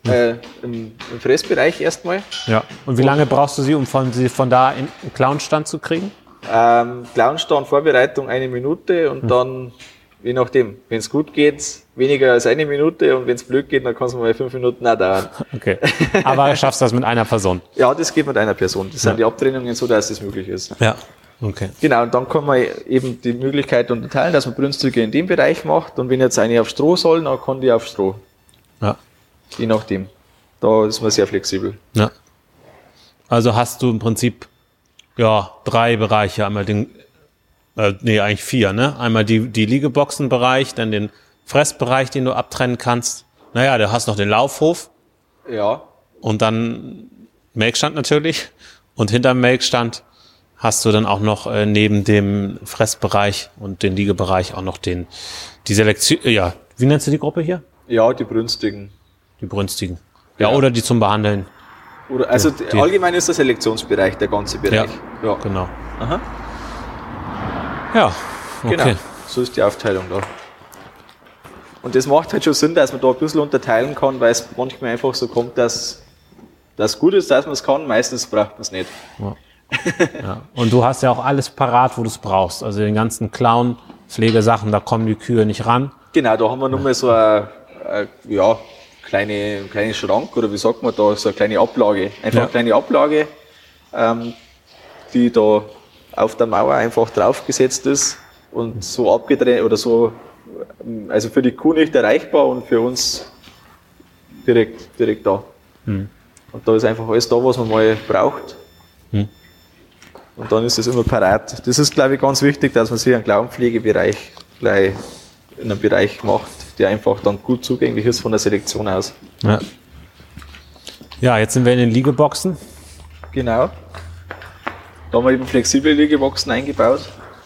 Fressbereich erstmal. Ja. Und wie lange brauchst du sie, um sie von da in den Clownstand zu kriegen? Clownstand, Vorbereitung 1 Minute und dann, je nachdem, wenn es gut geht, weniger als 1 Minute und wenn es blöd geht, dann kann es mal 5 Minuten auch dauern. Okay, aber schaffst du das mit einer Person? Ja, das geht mit einer Person. Das sind die Abtrennungen so, dass das möglich ist. Ja, okay. Genau, und dann kann man eben die Möglichkeit unterteilen, dass man Brünstige in dem Bereich macht und wenn jetzt eine auf Stroh soll, dann kann die auf Stroh. Ja. Je nachdem. Da ist man sehr flexibel. Ja. Also hast du im Prinzip 3 Bereiche. Einmal eigentlich 4, ne? Einmal die Liegeboxenbereich, dann den Fressbereich, den du abtrennen kannst. Naja, du hast noch den Laufhof. Ja. Und dann Melkstand natürlich. Und hinterm Melkstand hast du dann auch noch neben dem Fressbereich und den Liegebereich auch noch die Selektion. Ja, wie nennst du die Gruppe hier? Ja, die Brünstigen. Die Brünstigen. Ja, oder die zum Behandeln. Oder, also allgemein ist der Selektionsbereich, der ganze Bereich. Ja, genau. Aha. Ja, okay. Genau, so ist die Aufteilung da. Und das macht halt schon Sinn, dass man da ein bisschen unterteilen kann, weil es manchmal einfach so kommt, dass das gut ist, dass man es kann, meistens braucht man es nicht. Ja. Ja. Und du hast ja auch alles parat, wo du es brauchst. Also den ganzen Clown, Pflegesachen, da kommen die Kühe nicht ran. Genau, da haben wir nur mal so eine kleine Schrank, oder wie sagt man da, so eine kleine Ablage. Einfach eine kleine Ablage, die da auf der Mauer einfach draufgesetzt ist und so abgetrennt oder so, also für die Kuh nicht erreichbar und für uns direkt da. Und da ist einfach alles da, was man mal braucht. Und dann ist es immer parat. Das ist, glaube ich, ganz wichtig, dass man sich einen Klauenpflegebereich gleich in einem Bereich macht, der einfach dann gut zugänglich ist von der Selektion aus. Ja, jetzt sind wir in den Liegeboxen. Genau. Da haben wir eben flexible Liegeboxen eingebaut.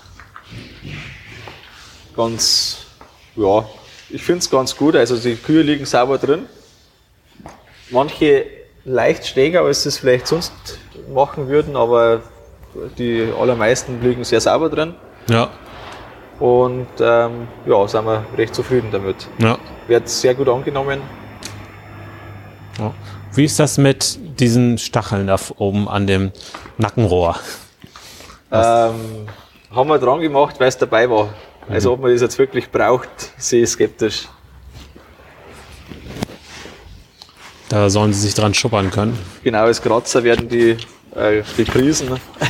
Ich finde es ganz gut. Also die Kühe liegen sauber drin. Manche leicht schräger, als sie es vielleicht sonst machen würden, aber die allermeisten liegen sehr sauber drin. Ja. Und sind wir recht zufrieden damit. Ja. Wird sehr gut angenommen. Ja. Wie ist das mit diesen Stacheln da oben an dem Nackenrohr? Haben wir dran gemacht, weil es dabei war. Also ob man das jetzt wirklich braucht, sehe ich skeptisch. Da sollen sie sich dran schuppern können. Genau, als Kratzer werden die gepriesen.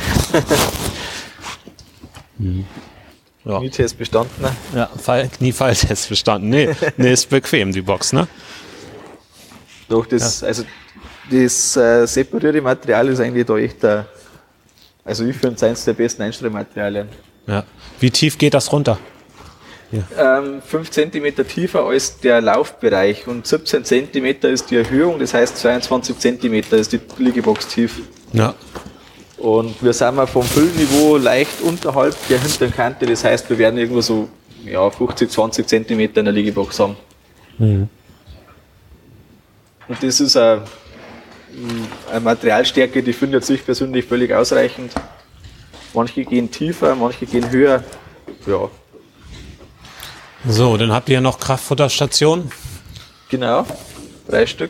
Ja. Knietest bestanden. Ja, Kniefalltest bestanden. Nee, ist bequem, die Box, ne? Doch, das separierte Material ist eigentlich da echt also ich finde es eines der besten Einstellmaterialien. Ja. Wie tief geht das runter? 5 cm tiefer als der Laufbereich und 17 cm ist die Erhöhung, das heißt 22 cm ist die Liegebox tief. Ja. Und wir sind mal vom Füllniveau leicht unterhalb der hinteren Kante, das heißt wir werden irgendwo so 50, 20 cm in der Liegebox haben. Und das ist eine Materialstärke, die finde ich persönlich völlig ausreichend. Manche gehen tiefer, manche gehen höher. Ja. So, dann habt ihr noch Kraftfutterstationen. Genau, 3 Stück.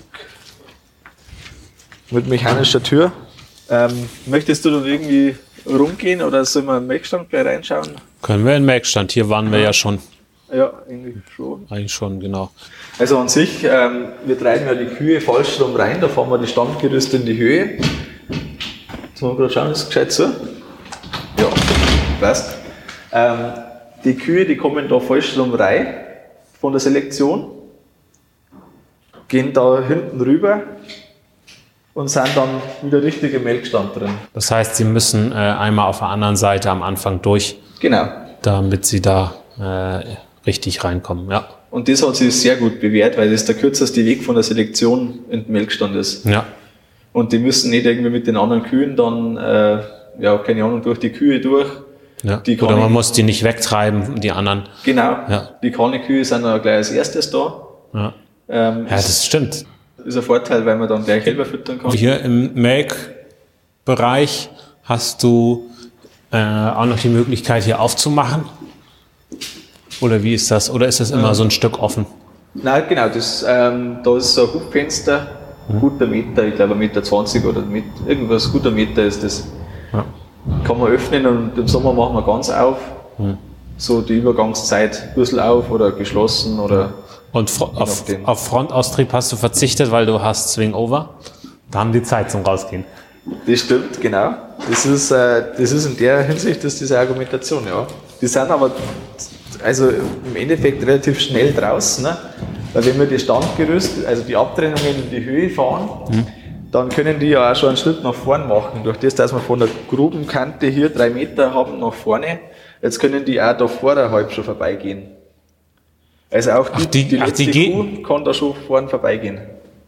Mit mechanischer Tür. Möchtest du dann irgendwie rumgehen oder sollen wir im Melkstand gleich reinschauen? Können wir in den Melkstand, hier waren wir ja schon. Ja, eigentlich schon. Eigentlich schon, genau. Also an sich, wir treiben ja die Kühe falsch rum rein, da fahren wir die Standgerüste in die Höhe. Jetzt wollen wir gerade schauen, ist das gescheit so? Ja, passt. Die Kühe, die kommen da falsch rum rein von der Selektion, gehen da hinten rüber und sind dann wieder richtig im Melkstand drin. Das heißt, sie müssen einmal auf der anderen Seite am Anfang durch, genau, damit sie da richtig reinkommen. Ja. Und das hat sich sehr gut bewährt, weil das der kürzeste Weg von der Selektion in den Melkstand ist. Ja. Und die müssen nicht irgendwie mit den anderen Kühen dann, keine Ahnung, durch die Kühe durch. Ja. Oder man muss die nicht wegtreiben, die anderen. Genau, ja. Die Kahne-Kühe sind dann gleich als erstes da. Ja, das stimmt. Ist ein Vorteil, weil man dann gleich selber füttern kann. Hier im Melkbereich hast du auch noch die Möglichkeit, hier aufzumachen. Oder wie ist das? Oder ist das immer so ein Stück offen? Nein, genau. Da ist so ein Hubfenster, guter Meter, ich glaube 1,20 Meter oder irgendwas, guter Meter ist das. Ja. Kann man öffnen und im Sommer machen wir ganz auf. So die Übergangszeit ein bisschen auf oder geschlossen oder. Und auf Frontaustrieb hast du verzichtet, weil du hast Swing-Over. Da haben die Zeit zum Rausgehen. Das stimmt, genau. Das ist in der Hinsicht ist diese Argumentation, ja. Die sind aber also im Endeffekt relativ schnell draußen, ne? Weil wenn wir die Standgerüste, also die Abtrennungen in die Höhe fahren, dann können die ja auch schon einen Schritt nach vorne machen. Durch das, dass wir von der groben Kante hier 3 Meter haben nach vorne, jetzt können die auch da vorne halb schon vorbeigehen. Also auch die letzte Kuh kann da schon vorne vorbeigehen.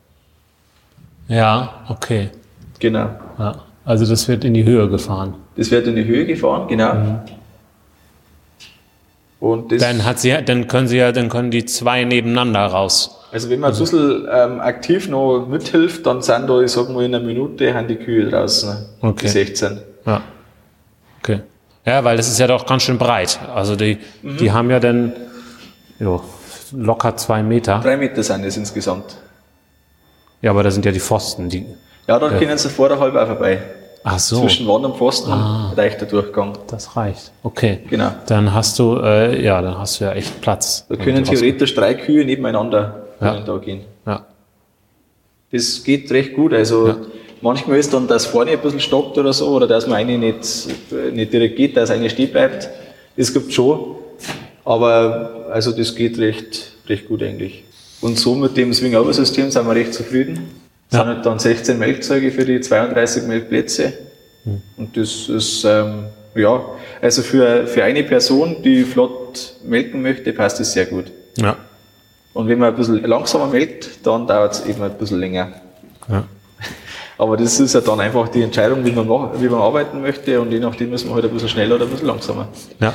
Ja, okay. Genau. Ja, also das wird in die Höhe gefahren. Das wird in die Höhe gefahren, genau. Mhm. Und das dann können die 2 nebeneinander raus. Also wenn man ein bisschen aktiv noch mithilft, dann sind da, ich sag mal, in einer Minute haben die Kühe draußen. Okay. Die 16. Ja. Okay. Ja, weil das ist ja doch ganz schön breit. Also die haben ja dann locker 2 Meter. 3 Meter sind es insgesamt. Ja, aber da sind ja die Pfosten. Ja, da können sie vorher halb auch vorbei. Ach so. Zwischen Wand und Pfosten reicht der Durchgang. Das reicht. Okay. Genau. Dann hast du ja echt Platz. Da können theoretisch 3 Kühe nebeneinander da gehen. Ja. Das geht recht gut. Also manchmal ist dann, dass vorne ein bisschen stockt oder so, oder dass man eine nicht direkt geht, dass eine stehen bleibt. Das gibt es schon. Aber also das geht recht gut eigentlich. Und so mit dem Swing-Over-System sind wir recht zufrieden. Das sind halt dann 16 Melkzeuge für die 32 Melkplätze. Und das ist, also für eine Person, die flott melken möchte, passt das sehr gut. Ja. Und wenn man ein bisschen langsamer melkt, dann dauert es eben ein bisschen länger. Ja. Aber das ist ja dann einfach die Entscheidung, wie man arbeiten möchte, und je nachdem müssen wir halt ein bisschen schneller oder ein bisschen langsamer. Ja.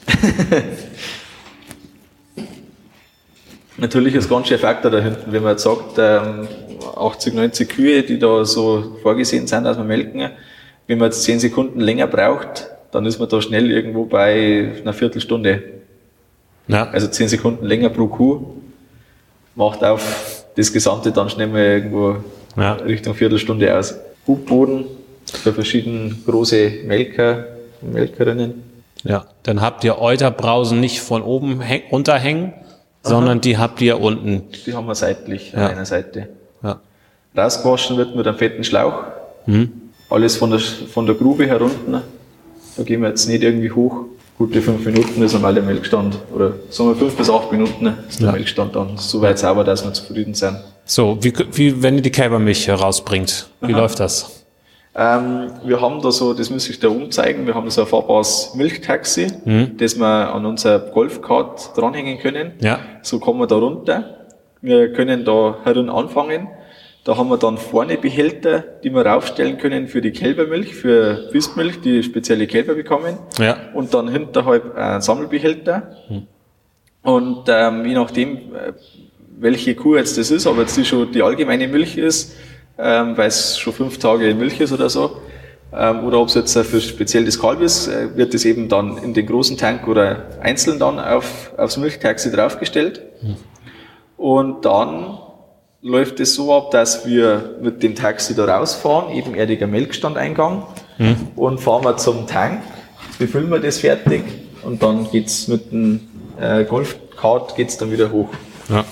Natürlich ist ganz schön Faktor da hinten, wenn man jetzt sagt, 80, 90 Kühe, die da so vorgesehen sind, dass wir melken, wenn man jetzt 10 Sekunden länger braucht, dann ist man da schnell irgendwo bei einer Viertelstunde. Ja. Also 10 Sekunden länger pro Kuh macht auf das Gesamte dann schnell mal irgendwo Richtung Viertelstunde aus. Hubboden für verschiedene große Melker und Melkerinnen. Ja, dann habt ihr Euterbrausen nicht von oben runterhängen, sondern die habt ihr unten. Die haben wir seitlich an einer Seite. Ja. Rausgewaschen wird mit einem fetten Schlauch. Alles von der Grube herunter. Da gehen wir jetzt nicht irgendwie hoch. Gute 5 Minuten ist normal der Melkstand. Oder sagen wir 5 bis 8 Minuten ist der Melkstand dann so weit sauber, dass wir zufrieden sind. So, wie wenn ihr die Kälbermilch rausbringt, wie läuft das? Wir haben da so, das muss ich da umzeigen, wir haben so ein fahrbares Milchtaxi, das wir an unser Golfkart dranhängen können. Ja. So kommen wir da runter. Wir können da herum anfangen. Da haben wir dann vorne Behälter, die wir raufstellen können für die Kälbermilch, für Bistmilch, die spezielle Kälber bekommen. Ja. Und dann hinterhalb ein Sammelbehälter. Und je nachdem, welche Kuh jetzt das ist, ob jetzt die schon die allgemeine Milch ist, weil es schon 5 Tage Milch ist oder so, oder ob es jetzt für speziell das Kalb ist, wird das eben dann in den großen Tank oder einzeln dann aufs Milchtaxi draufgestellt. Und dann läuft es so ab, dass wir mit dem Taxi da rausfahren, ebenerdiger Melkstandeingang, und fahren wir zum Tank, befüllen wir das fertig, und dann geht's mit dem Golfkart geht's dann wieder hoch. Ja.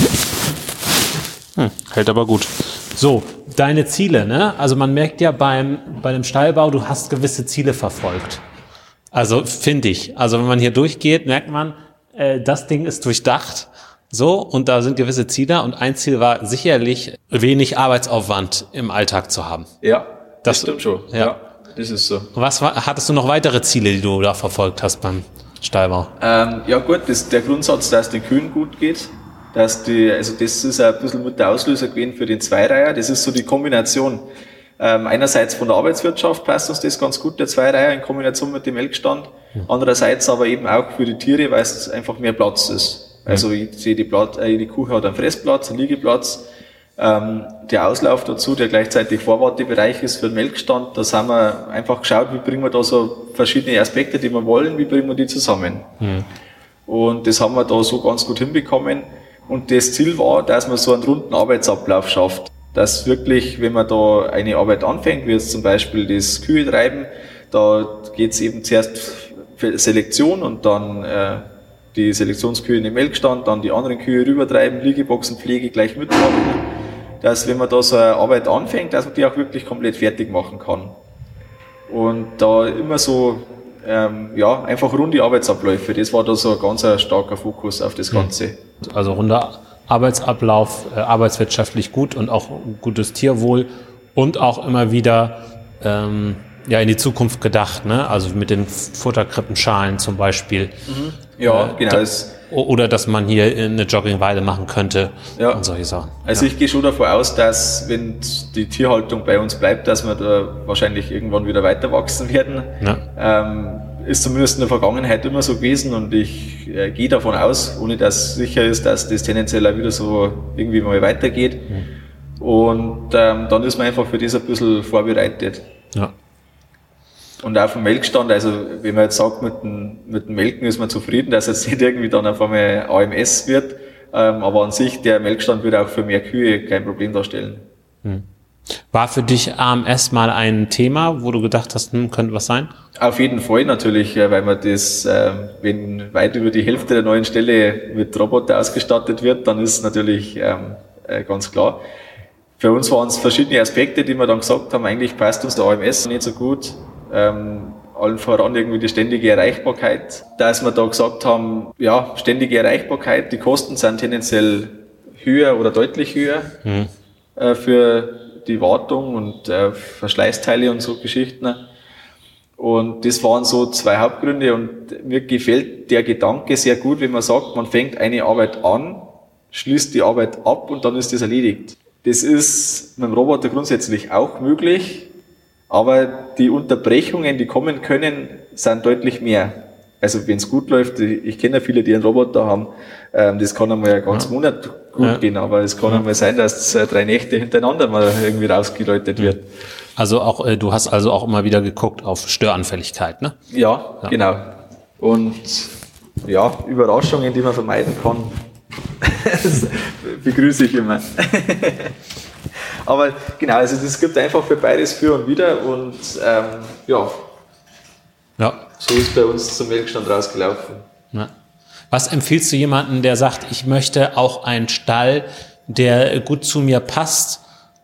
Hält aber gut. So, deine Ziele, ne? Also man merkt ja bei dem Stallbau, du hast gewisse Ziele verfolgt. Also finde ich. Also wenn man hier durchgeht, merkt man, das Ding ist durchdacht. So, und da sind gewisse Ziele, und ein Ziel war sicherlich, wenig Arbeitsaufwand im Alltag zu haben. Ja, das stimmt schon. Ja, das ist so. Hattest du noch weitere Ziele, die du da verfolgt hast beim Stallbau? Ja gut, der Grundsatz, dass es den Kühen gut geht, das ist ein bisschen mit der Auslöser gewesen für den Zweireiher. Das ist so die Kombination. Einerseits von der Arbeitswirtschaft passt uns das ganz gut, der Zweireiher in Kombination mit dem Melkstand. Andererseits aber eben auch für die Tiere, weil es einfach mehr Platz ist. Also ich sehe, die Kuh hat einen Fressplatz, einen Liegeplatz, der Auslauf dazu, der gleichzeitig Vorwartebereich ist für den Melkstand. Da haben wir einfach geschaut, wie bringen wir da so verschiedene Aspekte, die wir wollen, wie bringen wir die zusammen. Und das haben wir da so ganz gut hinbekommen. Und das Ziel war, dass man so einen runden Arbeitsablauf schafft. Dass wirklich, wenn man da eine Arbeit anfängt, wie jetzt zum Beispiel das Kühe treiben, da geht es eben zuerst für Selektion und dann die Selektionskühe in den Melkstand, dann die anderen Kühe rübertreiben, Liegeboxenpflege gleich mitmachen. Dass, wenn man da so eine Arbeit anfängt, dass man die auch wirklich komplett fertig machen kann. Und da immer so, einfach runde Arbeitsabläufe, das war da so ein ganz starker Fokus auf das Ganze. Also runder Arbeitsablauf, arbeitswirtschaftlich gut und auch gutes Tierwohl Und auch immer wieder in die Zukunft gedacht, ne? Also mit den Futterkrippenschalen zum Beispiel. Ja, genau. Oder dass man hier eine Joggingweide machen könnte und solche Sachen. Also ich gehe schon davon aus, dass wenn die Tierhaltung bei uns bleibt, dass wir da wahrscheinlich irgendwann wieder weiter wachsen werden. Ja. Ist zumindest in der Vergangenheit immer so gewesen und ich gehe davon aus, ohne dass sicher ist, dass das tendenziell auch wieder so irgendwie mal weitergeht. Und dann ist man einfach für das ein bisschen vorbereitet. Ja. Und auch vom Melkstand, also wenn man jetzt sagt, mit dem Melken ist man zufrieden, dass jetzt nicht irgendwie dann auf einmal AMS wird, aber an sich der Melkstand wird auch für mehr Kühe kein Problem darstellen. War für dich AMS mal ein Thema, wo du gedacht hast, könnte was sein? Auf jeden Fall natürlich, weil man das, wenn weit über die Hälfte der neuen Ställe mit Roboter ausgestattet wird, dann ist es natürlich ganz klar. Für uns waren es verschiedene Aspekte, die wir dann gesagt haben, eigentlich passt uns der AMS nicht so gut. Allen voran irgendwie die ständige Erreichbarkeit, dass wir da gesagt haben, ja, ständige Erreichbarkeit, die Kosten sind tendenziell höher oder deutlich höher für die Wartung und Verschleißteile und so Geschichten. Und das waren so zwei Hauptgründe und mir gefällt der Gedanke sehr gut, wenn man sagt, man fängt eine Arbeit an, schließt die Arbeit ab und dann ist das erledigt. Das ist mit dem Roboter grundsätzlich auch möglich, aber die Unterbrechungen, die kommen können, sind deutlich mehr. Also wenn es gut läuft, ich kenne ja viele, die einen Roboter haben, das kann einmal einen ganzen Monat gut gehen, aber es kann einmal sein, dass 3 Nächte hintereinander mal irgendwie rausgeläutet wird. Also auch, du hast also auch immer wieder geguckt auf Störanfälligkeit, ne? Ja, genau. Und ja, Überraschungen, die man vermeiden kann, begrüße ich immer. Aber genau, also das gibt einfach für beides für und wider und so ist bei uns zum Melkstand rausgelaufen. Ja. Was empfiehlst du jemandem, der sagt, ich möchte auch einen Stall, der gut zu mir passt,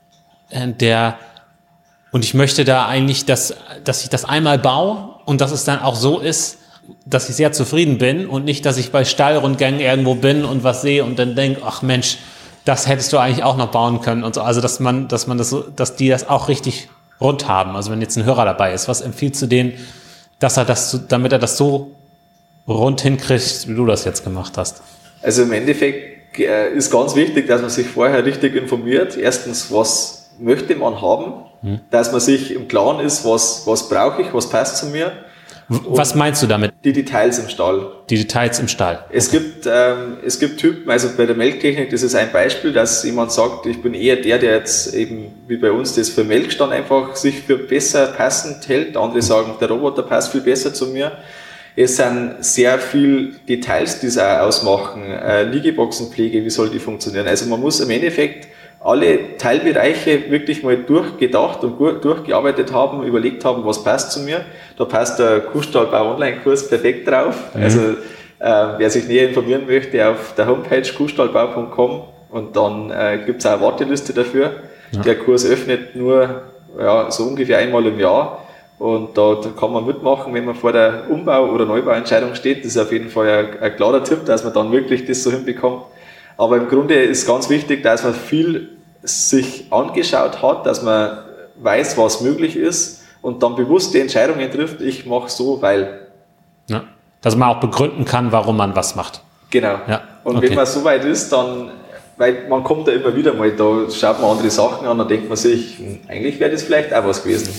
und ich möchte da eigentlich, dass ich das einmal baue und dass es dann auch so ist, dass ich sehr zufrieden bin und nicht, dass ich bei Stallrundgängen irgendwo bin und was sehe und dann denke, ach Mensch, das hättest du eigentlich auch noch bauen können und so. Also dass die das auch richtig rund haben. Also wenn jetzt ein Hörer dabei ist, was empfiehlst du denen, damit er das so rund hinkriegt, wie du das jetzt gemacht hast? Also im Endeffekt ist ganz wichtig, dass man sich vorher richtig informiert. Erstens, was möchte man haben? Dass man sich im Klaren ist, was brauche ich, was passt zu mir. Was meinst du damit? Die Details im Stall. Die Details im Stall. Es gibt Typen, also bei der Melktechnik, das ist ein Beispiel, dass jemand sagt, ich bin eher der jetzt eben wie bei uns das für Melkstand einfach sich für besser passend hält. Andere sagen, der Roboter passt viel besser zu mir. Es sind sehr viel Details, die es auch ausmachen. Liegeboxenpflege, wie soll die funktionieren? Also man muss im Endeffekt alle Teilbereiche wirklich mal durchgedacht und gut durchgearbeitet haben, überlegt haben, was passt zu mir. Da passt der Kuhstallbau-Online-Kurs perfekt drauf. Also wer sich näher informieren möchte, auf der Homepage kuhstallbau.com und dann gibt es auch eine Warteliste dafür. Ja. Der Kurs öffnet nur so ungefähr einmal im Jahr und da kann man mitmachen, wenn man vor der Umbau- oder Neubauentscheidung steht. Das ist auf jeden Fall ein klarer Tipp, dass man dann wirklich das so hinbekommt. Aber im Grunde ist ganz wichtig, dass man viel sich angeschaut hat, dass man weiß, was möglich ist und dann bewusst die Entscheidungen trifft, ich mache so, weil. Ja, dass man auch begründen kann, warum man was macht. Genau. Ja, und wenn man so weit ist, dann, weil man kommt da immer wieder mal, da schaut man andere Sachen an, dann denkt man sich, eigentlich wäre das vielleicht auch was gewesen.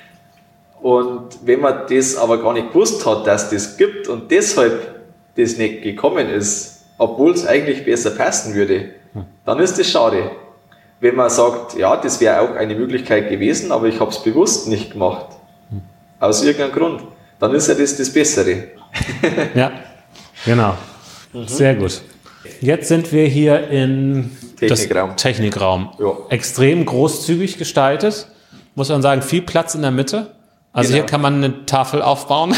Und wenn man das aber gar nicht gewusst hat, dass das gibt und deshalb das nicht gekommen ist, obwohl es eigentlich besser passen würde, dann ist das schade. Wenn man sagt, ja, das wäre auch eine Möglichkeit gewesen, aber ich habe es bewusst nicht gemacht, aus irgendeinem Grund, dann ist ja das Bessere. Ja, genau. Sehr gut. Jetzt sind wir hier in Technikraum. Ja. Extrem großzügig gestaltet, muss man sagen, viel Platz in der Mitte. Also hier kann man eine Tafel aufbauen.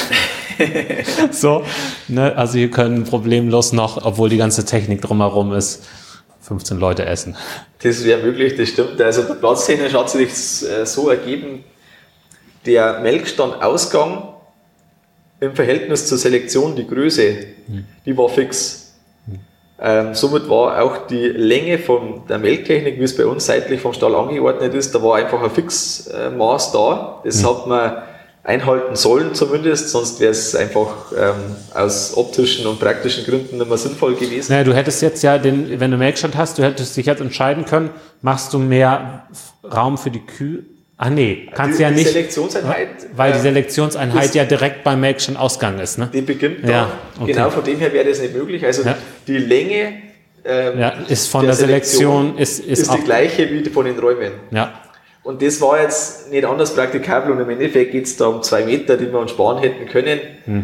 So, ne? Also hier können problemlos noch, obwohl die ganze Technik drumherum ist, 15 Leute essen. Das wäre möglich, das stimmt. Also platztechnisch hat sich so ergeben, der Melkstandausgang im Verhältnis zur Selektion, die Größe, die war fix. Somit war auch die Länge von der Melktechnik, wie es bei uns seitlich vom Stall angeordnet ist, da war einfach ein Fixmaß da. Das hat man einhalten sollen zumindest, sonst wäre es einfach aus optischen und praktischen Gründen nicht mehr sinnvoll gewesen. Naja, du hättest jetzt ja, wenn du Melkstand hast, du hättest dich jetzt entscheiden können, machst du mehr Raum für die Kühe? Ach nee, kannst du ja nicht. Die Selektionseinheit. Weil die Selektionseinheit ja direkt beim Melkstand Ausgang ist, ne? Die beginnt da. Okay. Genau, von dem her wäre das nicht möglich. Also die Länge ist von der Selektion ist die gleiche wie von den Räumen. Ja. Und das war jetzt nicht anders praktikabel und im Endeffekt geht es da um 2 Meter, die wir uns sparen hätten können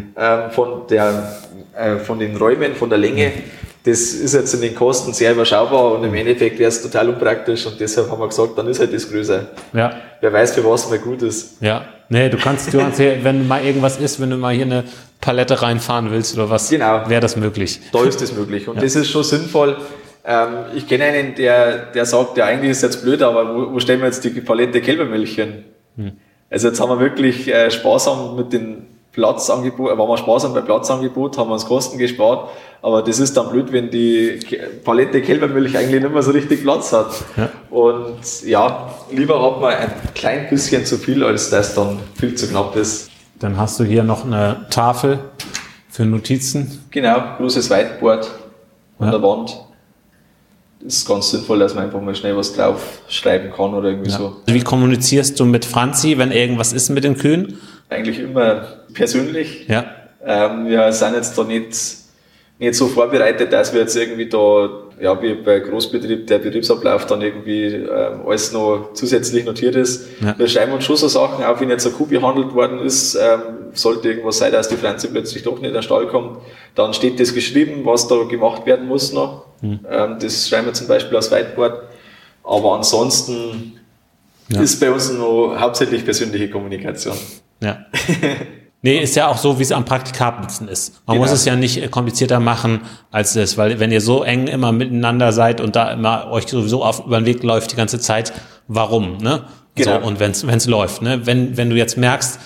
von den Räumen, von der Länge. Das ist jetzt in den Kosten sehr überschaubar und im Endeffekt wäre es total unpraktisch und deshalb haben wir gesagt, dann ist halt das größer. Ja. Wer weiß, für was mal gut ist. Ja, nee, du kannst ja, wenn mal irgendwas ist, wenn du mal hier eine Palette reinfahren willst oder was, wäre das möglich. Da ist das möglich und das ist schon sinnvoll. Ich kenne einen, der sagt, ja eigentlich ist jetzt blöd, aber wo stellen wir jetzt die Palette Kälbermilch hin? Also jetzt haben wir wirklich sparsam mit den Platzangebot, waren wir sparsam beim Platzangebot, haben wir uns Kosten gespart, aber das ist dann blöd, wenn die Palette Kälbermilch eigentlich nicht mehr so richtig Platz hat. Ja. Und ja, lieber hat man ein klein bisschen zu viel, als dass dann viel zu knapp ist. Dann hast du hier noch eine Tafel für Notizen. Genau, großes Whiteboard an der Wand. Das ist ganz sinnvoll, dass man einfach mal schnell was drauf schreiben kann oder irgendwie so. Wie kommunizierst du mit Franzi, wenn irgendwas ist mit den Kühen? Eigentlich immer persönlich. Ja. Wir sind jetzt da nicht so vorbereitet, dass wir jetzt irgendwie da, ja, wie bei Großbetrieb, der Betriebsablauf dann irgendwie alles noch zusätzlich notiert ist. Ja. Wir schreiben uns schon so Sachen auf, wenn jetzt eine Kuh behandelt worden ist, sollte irgendwas sein, dass die Franzi plötzlich doch nicht in den Stall kommt, dann steht das geschrieben, was da gemacht werden muss noch. Das schreiben wir zum Beispiel aufs Whiteboard. Aber ansonsten ist bei uns noch hauptsächlich persönliche Kommunikation. Ja. Nee, ist ja auch so, wie es am praktikabelsten ist. Man muss es ja nicht komplizierter machen als das, weil wenn ihr so eng immer miteinander seid und da immer euch sowieso über den Weg läuft die ganze Zeit, warum, ne? Genau. So, und wenn's läuft, ne? Wenn du jetzt merkst,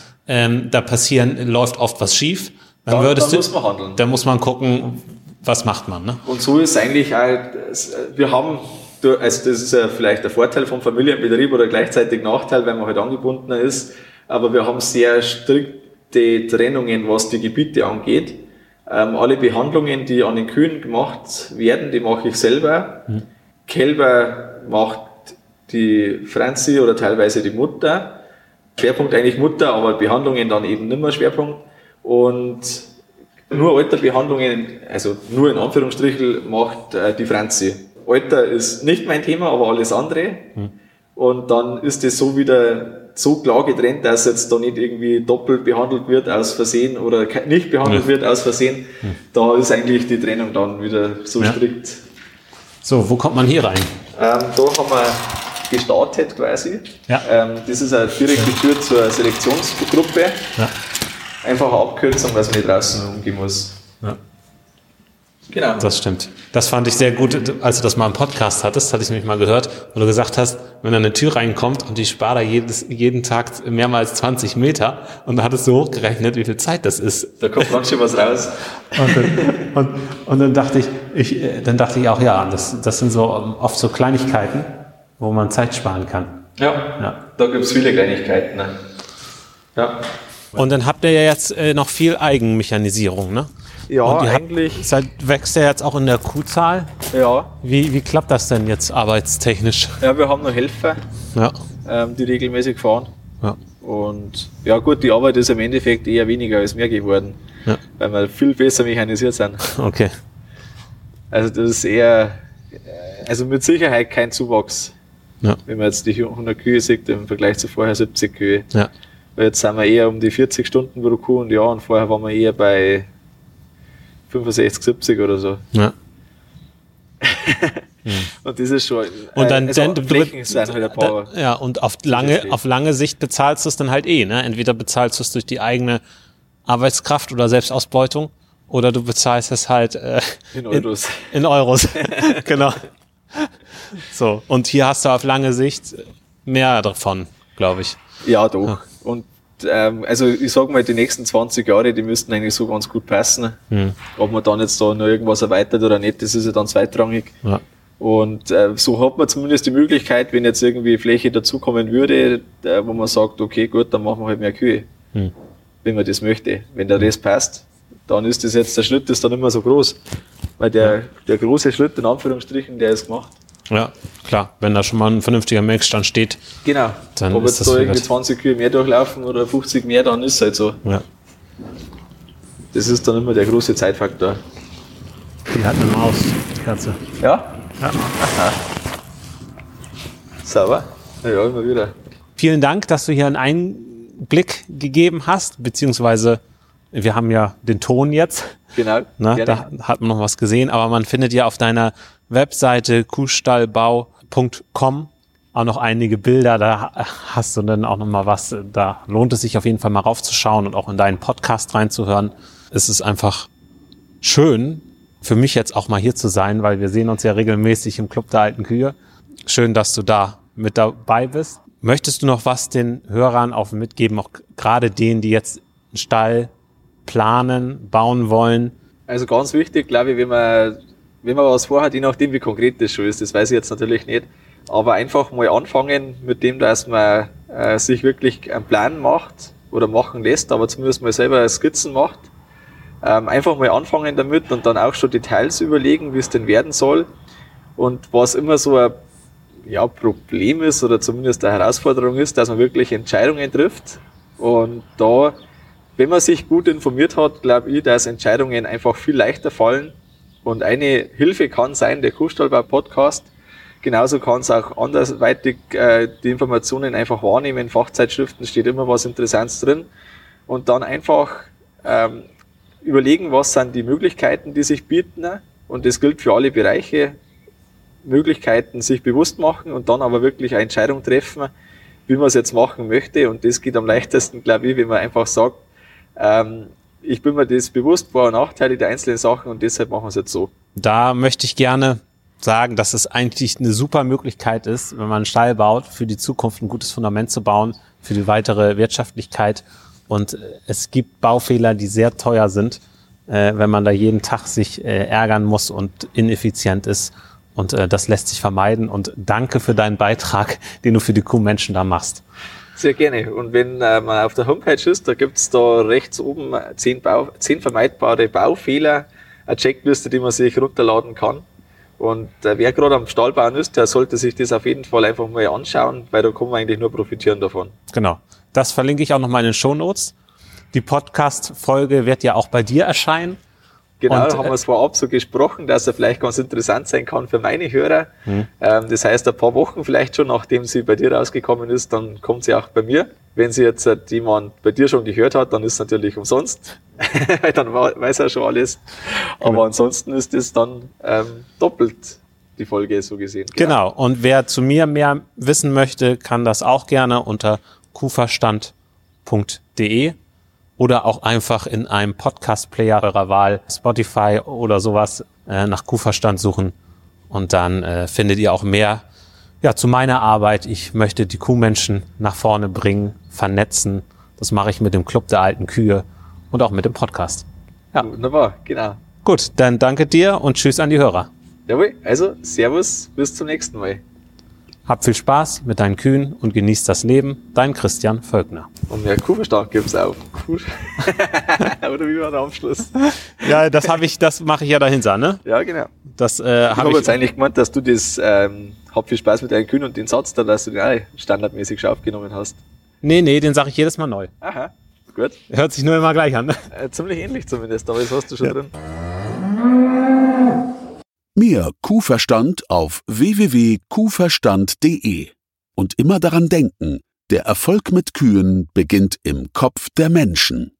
läuft oft was schief, dann muss man handeln. Dann muss man gucken, was macht man, ne? Und so ist eigentlich halt, also das ist ja vielleicht der Vorteil vom Familienbetrieb oder gleichzeitig Nachteil, weil man halt angebundener ist, aber wir haben sehr strikte Trennungen, was die Gebiete angeht. Alle Behandlungen, die an den Kühen gemacht werden, die mache ich selber. Kälber macht die Franzi oder teilweise die Mutter. Schwerpunkt eigentlich Mutter, aber Behandlungen dann eben nicht mehr Schwerpunkt. Und nur Alterbehandlungen, also nur in Anführungsstrichen, macht die Franzi. Alter ist nicht mein Thema, aber alles andere. Und dann ist es so wieder so klar getrennt, dass jetzt da nicht irgendwie doppelt behandelt wird aus Versehen oder nicht behandelt wird aus Versehen. Da ist eigentlich die Trennung dann wieder so strikt. So, wo kommt man hier rein? Da haben wir gestartet quasi. Ja. Das ist eine direkte Tür zur Selektionsgruppe. Ja. Einfache Abkürzung, dass man nicht draußen umgehen muss. Ja. Genau. Das stimmt. Das fand ich sehr gut, als du das mal im Podcast hattest, hatte ich nämlich mal gehört, wo du gesagt hast, wenn da eine Tür reinkommt und die spart da jeden Tag mehrmals 20 Meter und da hattest du hochgerechnet, wie viel Zeit das ist. Da kommt ganz schön was raus. Und dann dachte ich auch, ja, das sind so oft so Kleinigkeiten, wo man Zeit sparen kann. Ja. Da gibt es viele Kleinigkeiten. Ne? Ja. Und dann habt ihr ja jetzt noch viel Eigenmechanisierung, ne? Ja, eigentlich. Wächst der jetzt auch in der Kuhzahl? Ja. Wie klappt das denn jetzt arbeitstechnisch? Ja, wir haben noch Helfer, die regelmäßig fahren. Ja. Und ja gut, die Arbeit ist im Endeffekt eher weniger als mehr geworden, weil wir viel besser mechanisiert sind. Okay. Also das ist eher, also mit Sicherheit kein Zuwachs. Ja. Wenn man jetzt die 100 Kühe sieht, im Vergleich zu vorher 70 Kühe. Ja. Weil jetzt sind wir eher um die 40 Stunden pro Kuh und vorher waren wir eher bei 65, 70 oder so. Ja. Und das ist schon. Und dann sind halt ein paar. Ja, und auf lange Sicht bezahlst du es dann halt ne? Entweder bezahlst du es durch die eigene Arbeitskraft oder Selbstausbeutung oder du bezahlst es halt in Euros. In Euros. Genau. So. Und hier hast du auf lange Sicht mehr davon, glaube ich. Ja, doch. Und also ich sage mal, die nächsten 20 Jahre, die müssten eigentlich so ganz gut passen. Ob man dann jetzt da noch irgendwas erweitert oder nicht, das ist ja dann zweitrangig. Ja. Und so hat man zumindest die Möglichkeit, wenn jetzt irgendwie Fläche dazukommen würde, wo man sagt, okay, gut, dann machen wir halt mehr Kühe, wenn man das möchte. Wenn der Rest passt, dann ist das jetzt, der Schritt ist dann immer so groß. Weil der große Schritt, in Anführungsstrichen, der ist gemacht. Ja, klar, wenn da schon mal ein vernünftiger Melkstand steht. Genau, dann ob jetzt da irgendwie 20 Kühe mehr durchlaufen oder 50 mehr, dann ist es halt so. Ja. Das ist dann immer der große Zeitfaktor. Die hat eine Maus, die Katze. Ja? Ja. Aha. Sauber? Ja, immer wieder. Vielen Dank, dass du hier einen Einblick gegeben hast, beziehungsweise wir haben ja den Ton jetzt. Genau. Ne, da hat man noch was gesehen, aber man findet ja auf deiner Webseite kuhstallbau.com auch noch einige Bilder, da hast du dann auch noch mal was, da lohnt es sich auf jeden Fall mal raufzuschauen und auch in deinen Podcast reinzuhören. Es ist einfach schön, für mich jetzt auch mal hier zu sein, weil wir sehen uns ja regelmäßig im Club der alten Kühe. Schön, dass du da mit dabei bist. Möchtest du noch was den Hörern auch mitgeben, auch gerade denen, die jetzt einen Stall planen, bauen wollen? Also ganz wichtig, glaube ich, wenn man was vorhat, je nachdem wie konkret das schon ist, das weiß ich jetzt natürlich nicht, aber einfach mal anfangen mit dem, dass man sich wirklich einen Plan macht oder machen lässt, aber zumindest mal selber Skizzen macht. Einfach mal anfangen damit und dann auch schon Details überlegen, wie es denn werden soll. Und was immer so ein Problem ist oder zumindest eine Herausforderung ist, dass man wirklich Entscheidungen trifft. Und da, wenn man sich gut informiert hat, glaube ich, dass Entscheidungen einfach viel leichter fallen. Und eine Hilfe kann sein, der Kuhstallbau-Podcast. Genauso kann es auch andersweitig die Informationen einfach wahrnehmen. In Fachzeitschriften steht immer was Interessantes drin. Und dann einfach überlegen, was sind die Möglichkeiten, die sich bieten. Und das gilt für alle Bereiche. Möglichkeiten sich bewusst machen und dann aber wirklich eine Entscheidung treffen, wie man es jetzt machen möchte. Und das geht am leichtesten, glaube ich, wenn man einfach sagt, ich bin mir das bewusst, Vor- und Nachteile der einzelnen Sachen und deshalb machen wir es jetzt so. Da möchte ich gerne sagen, dass es eigentlich eine super Möglichkeit ist, wenn man einen Stall baut, für die Zukunft ein gutes Fundament zu bauen, für die weitere Wirtschaftlichkeit. Und es gibt Baufehler, die sehr teuer sind, wenn man da jeden Tag sich ärgern muss und ineffizient ist. Und das lässt sich vermeiden. Und danke für deinen Beitrag, den du für die Kuhmenschen da machst. Sehr gerne. Und wenn man auf der Homepage ist, da gibt's da rechts oben 10 vermeidbare Baufehler, eine Checkliste, die man sich runterladen kann. Und wer gerade am Stall bauen ist, der sollte sich das auf jeden Fall einfach mal anschauen, weil da kann man eigentlich nur profitieren davon. Genau. Das verlinke ich auch nochmal in den Shownotes. Die Podcast-Folge wird ja auch bei dir erscheinen. Genau, da haben wir es vorab so gesprochen, dass er vielleicht ganz interessant sein kann für meine Hörer. Das heißt, ein paar Wochen vielleicht schon, nachdem sie bei dir rausgekommen ist, dann kommt sie auch bei mir. Wenn sie jetzt jemand bei dir schon gehört hat, dann ist es natürlich umsonst, weil dann weiß er schon alles. Aber ansonsten ist es dann doppelt die Folge so gesehen. Genau, und wer zu mir mehr wissen möchte, kann das auch gerne unter kuhverstand.de oder auch einfach in einem Podcast-Player eurer Wahl, Spotify oder sowas, nach Kuhverstand suchen. Und dann findet ihr auch mehr zu meiner Arbeit. Ich möchte die Kuhmenschen nach vorne bringen, vernetzen. Das mache ich mit dem Club der alten Kühe und auch mit dem Podcast. Ja. Wunderbar, genau. Gut, dann danke dir und tschüss an die Hörer. Jawohl, also Servus, bis zum nächsten Mal. Hab viel Spaß mit deinen Kühen und genieß das Leben. Dein Christian Völkner. Und mehr Kuhverstand gibt's auch. Oder wie war der Abschluss? Ja, das mache ich ja dahinter, ne? Ja, genau. Das ich habe jetzt eigentlich gemeint, dass du das hab viel Spaß mit deinen Kühen und den Satz da, dass du den auch standardmäßig schon aufgenommen hast. Nee, den sage ich jedes Mal neu. Aha, gut. Hört sich nur immer gleich an. Ziemlich ähnlich zumindest, aber das hast du schon drin. Mehr Kuhverstand auf www.kuhverstand.de. Und immer daran denken, der Erfolg mit Kühen beginnt im Kopf der Menschen.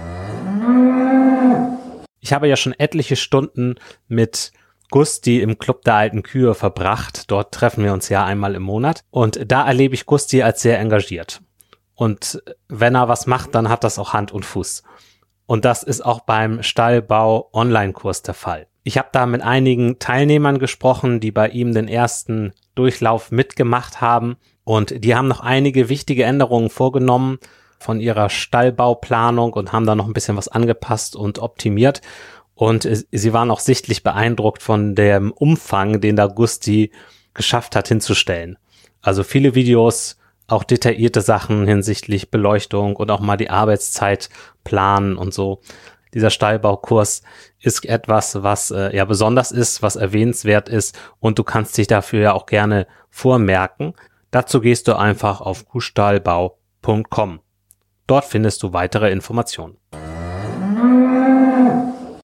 Ich habe ja schon etliche Stunden mit Gusti im Club der alten Kühe verbracht. Dort treffen wir uns ja einmal im Monat. Und da erlebe ich Gusti als sehr engagiert. Und wenn er was macht, dann hat das auch Hand und Fuß. Und das ist auch beim Stallbau-Online-Kurs der Fall. Ich habe da mit einigen Teilnehmern gesprochen, die bei ihm den ersten Durchlauf mitgemacht haben. Und die haben noch einige wichtige Änderungen vorgenommen, von ihrer Stallbauplanung und haben da noch ein bisschen was angepasst und optimiert. Und sie waren auch sichtlich beeindruckt von dem Umfang, den da Gusti geschafft hat hinzustellen. Also viele Videos, auch detaillierte Sachen hinsichtlich Beleuchtung und auch mal die Arbeitszeit planen und so. Dieser Stallbaukurs ist etwas, was besonders ist, was erwähnenswert ist und du kannst dich dafür ja auch gerne vormerken. Dazu gehst du einfach auf kuhstallbau.com. Dort findest du weitere Informationen.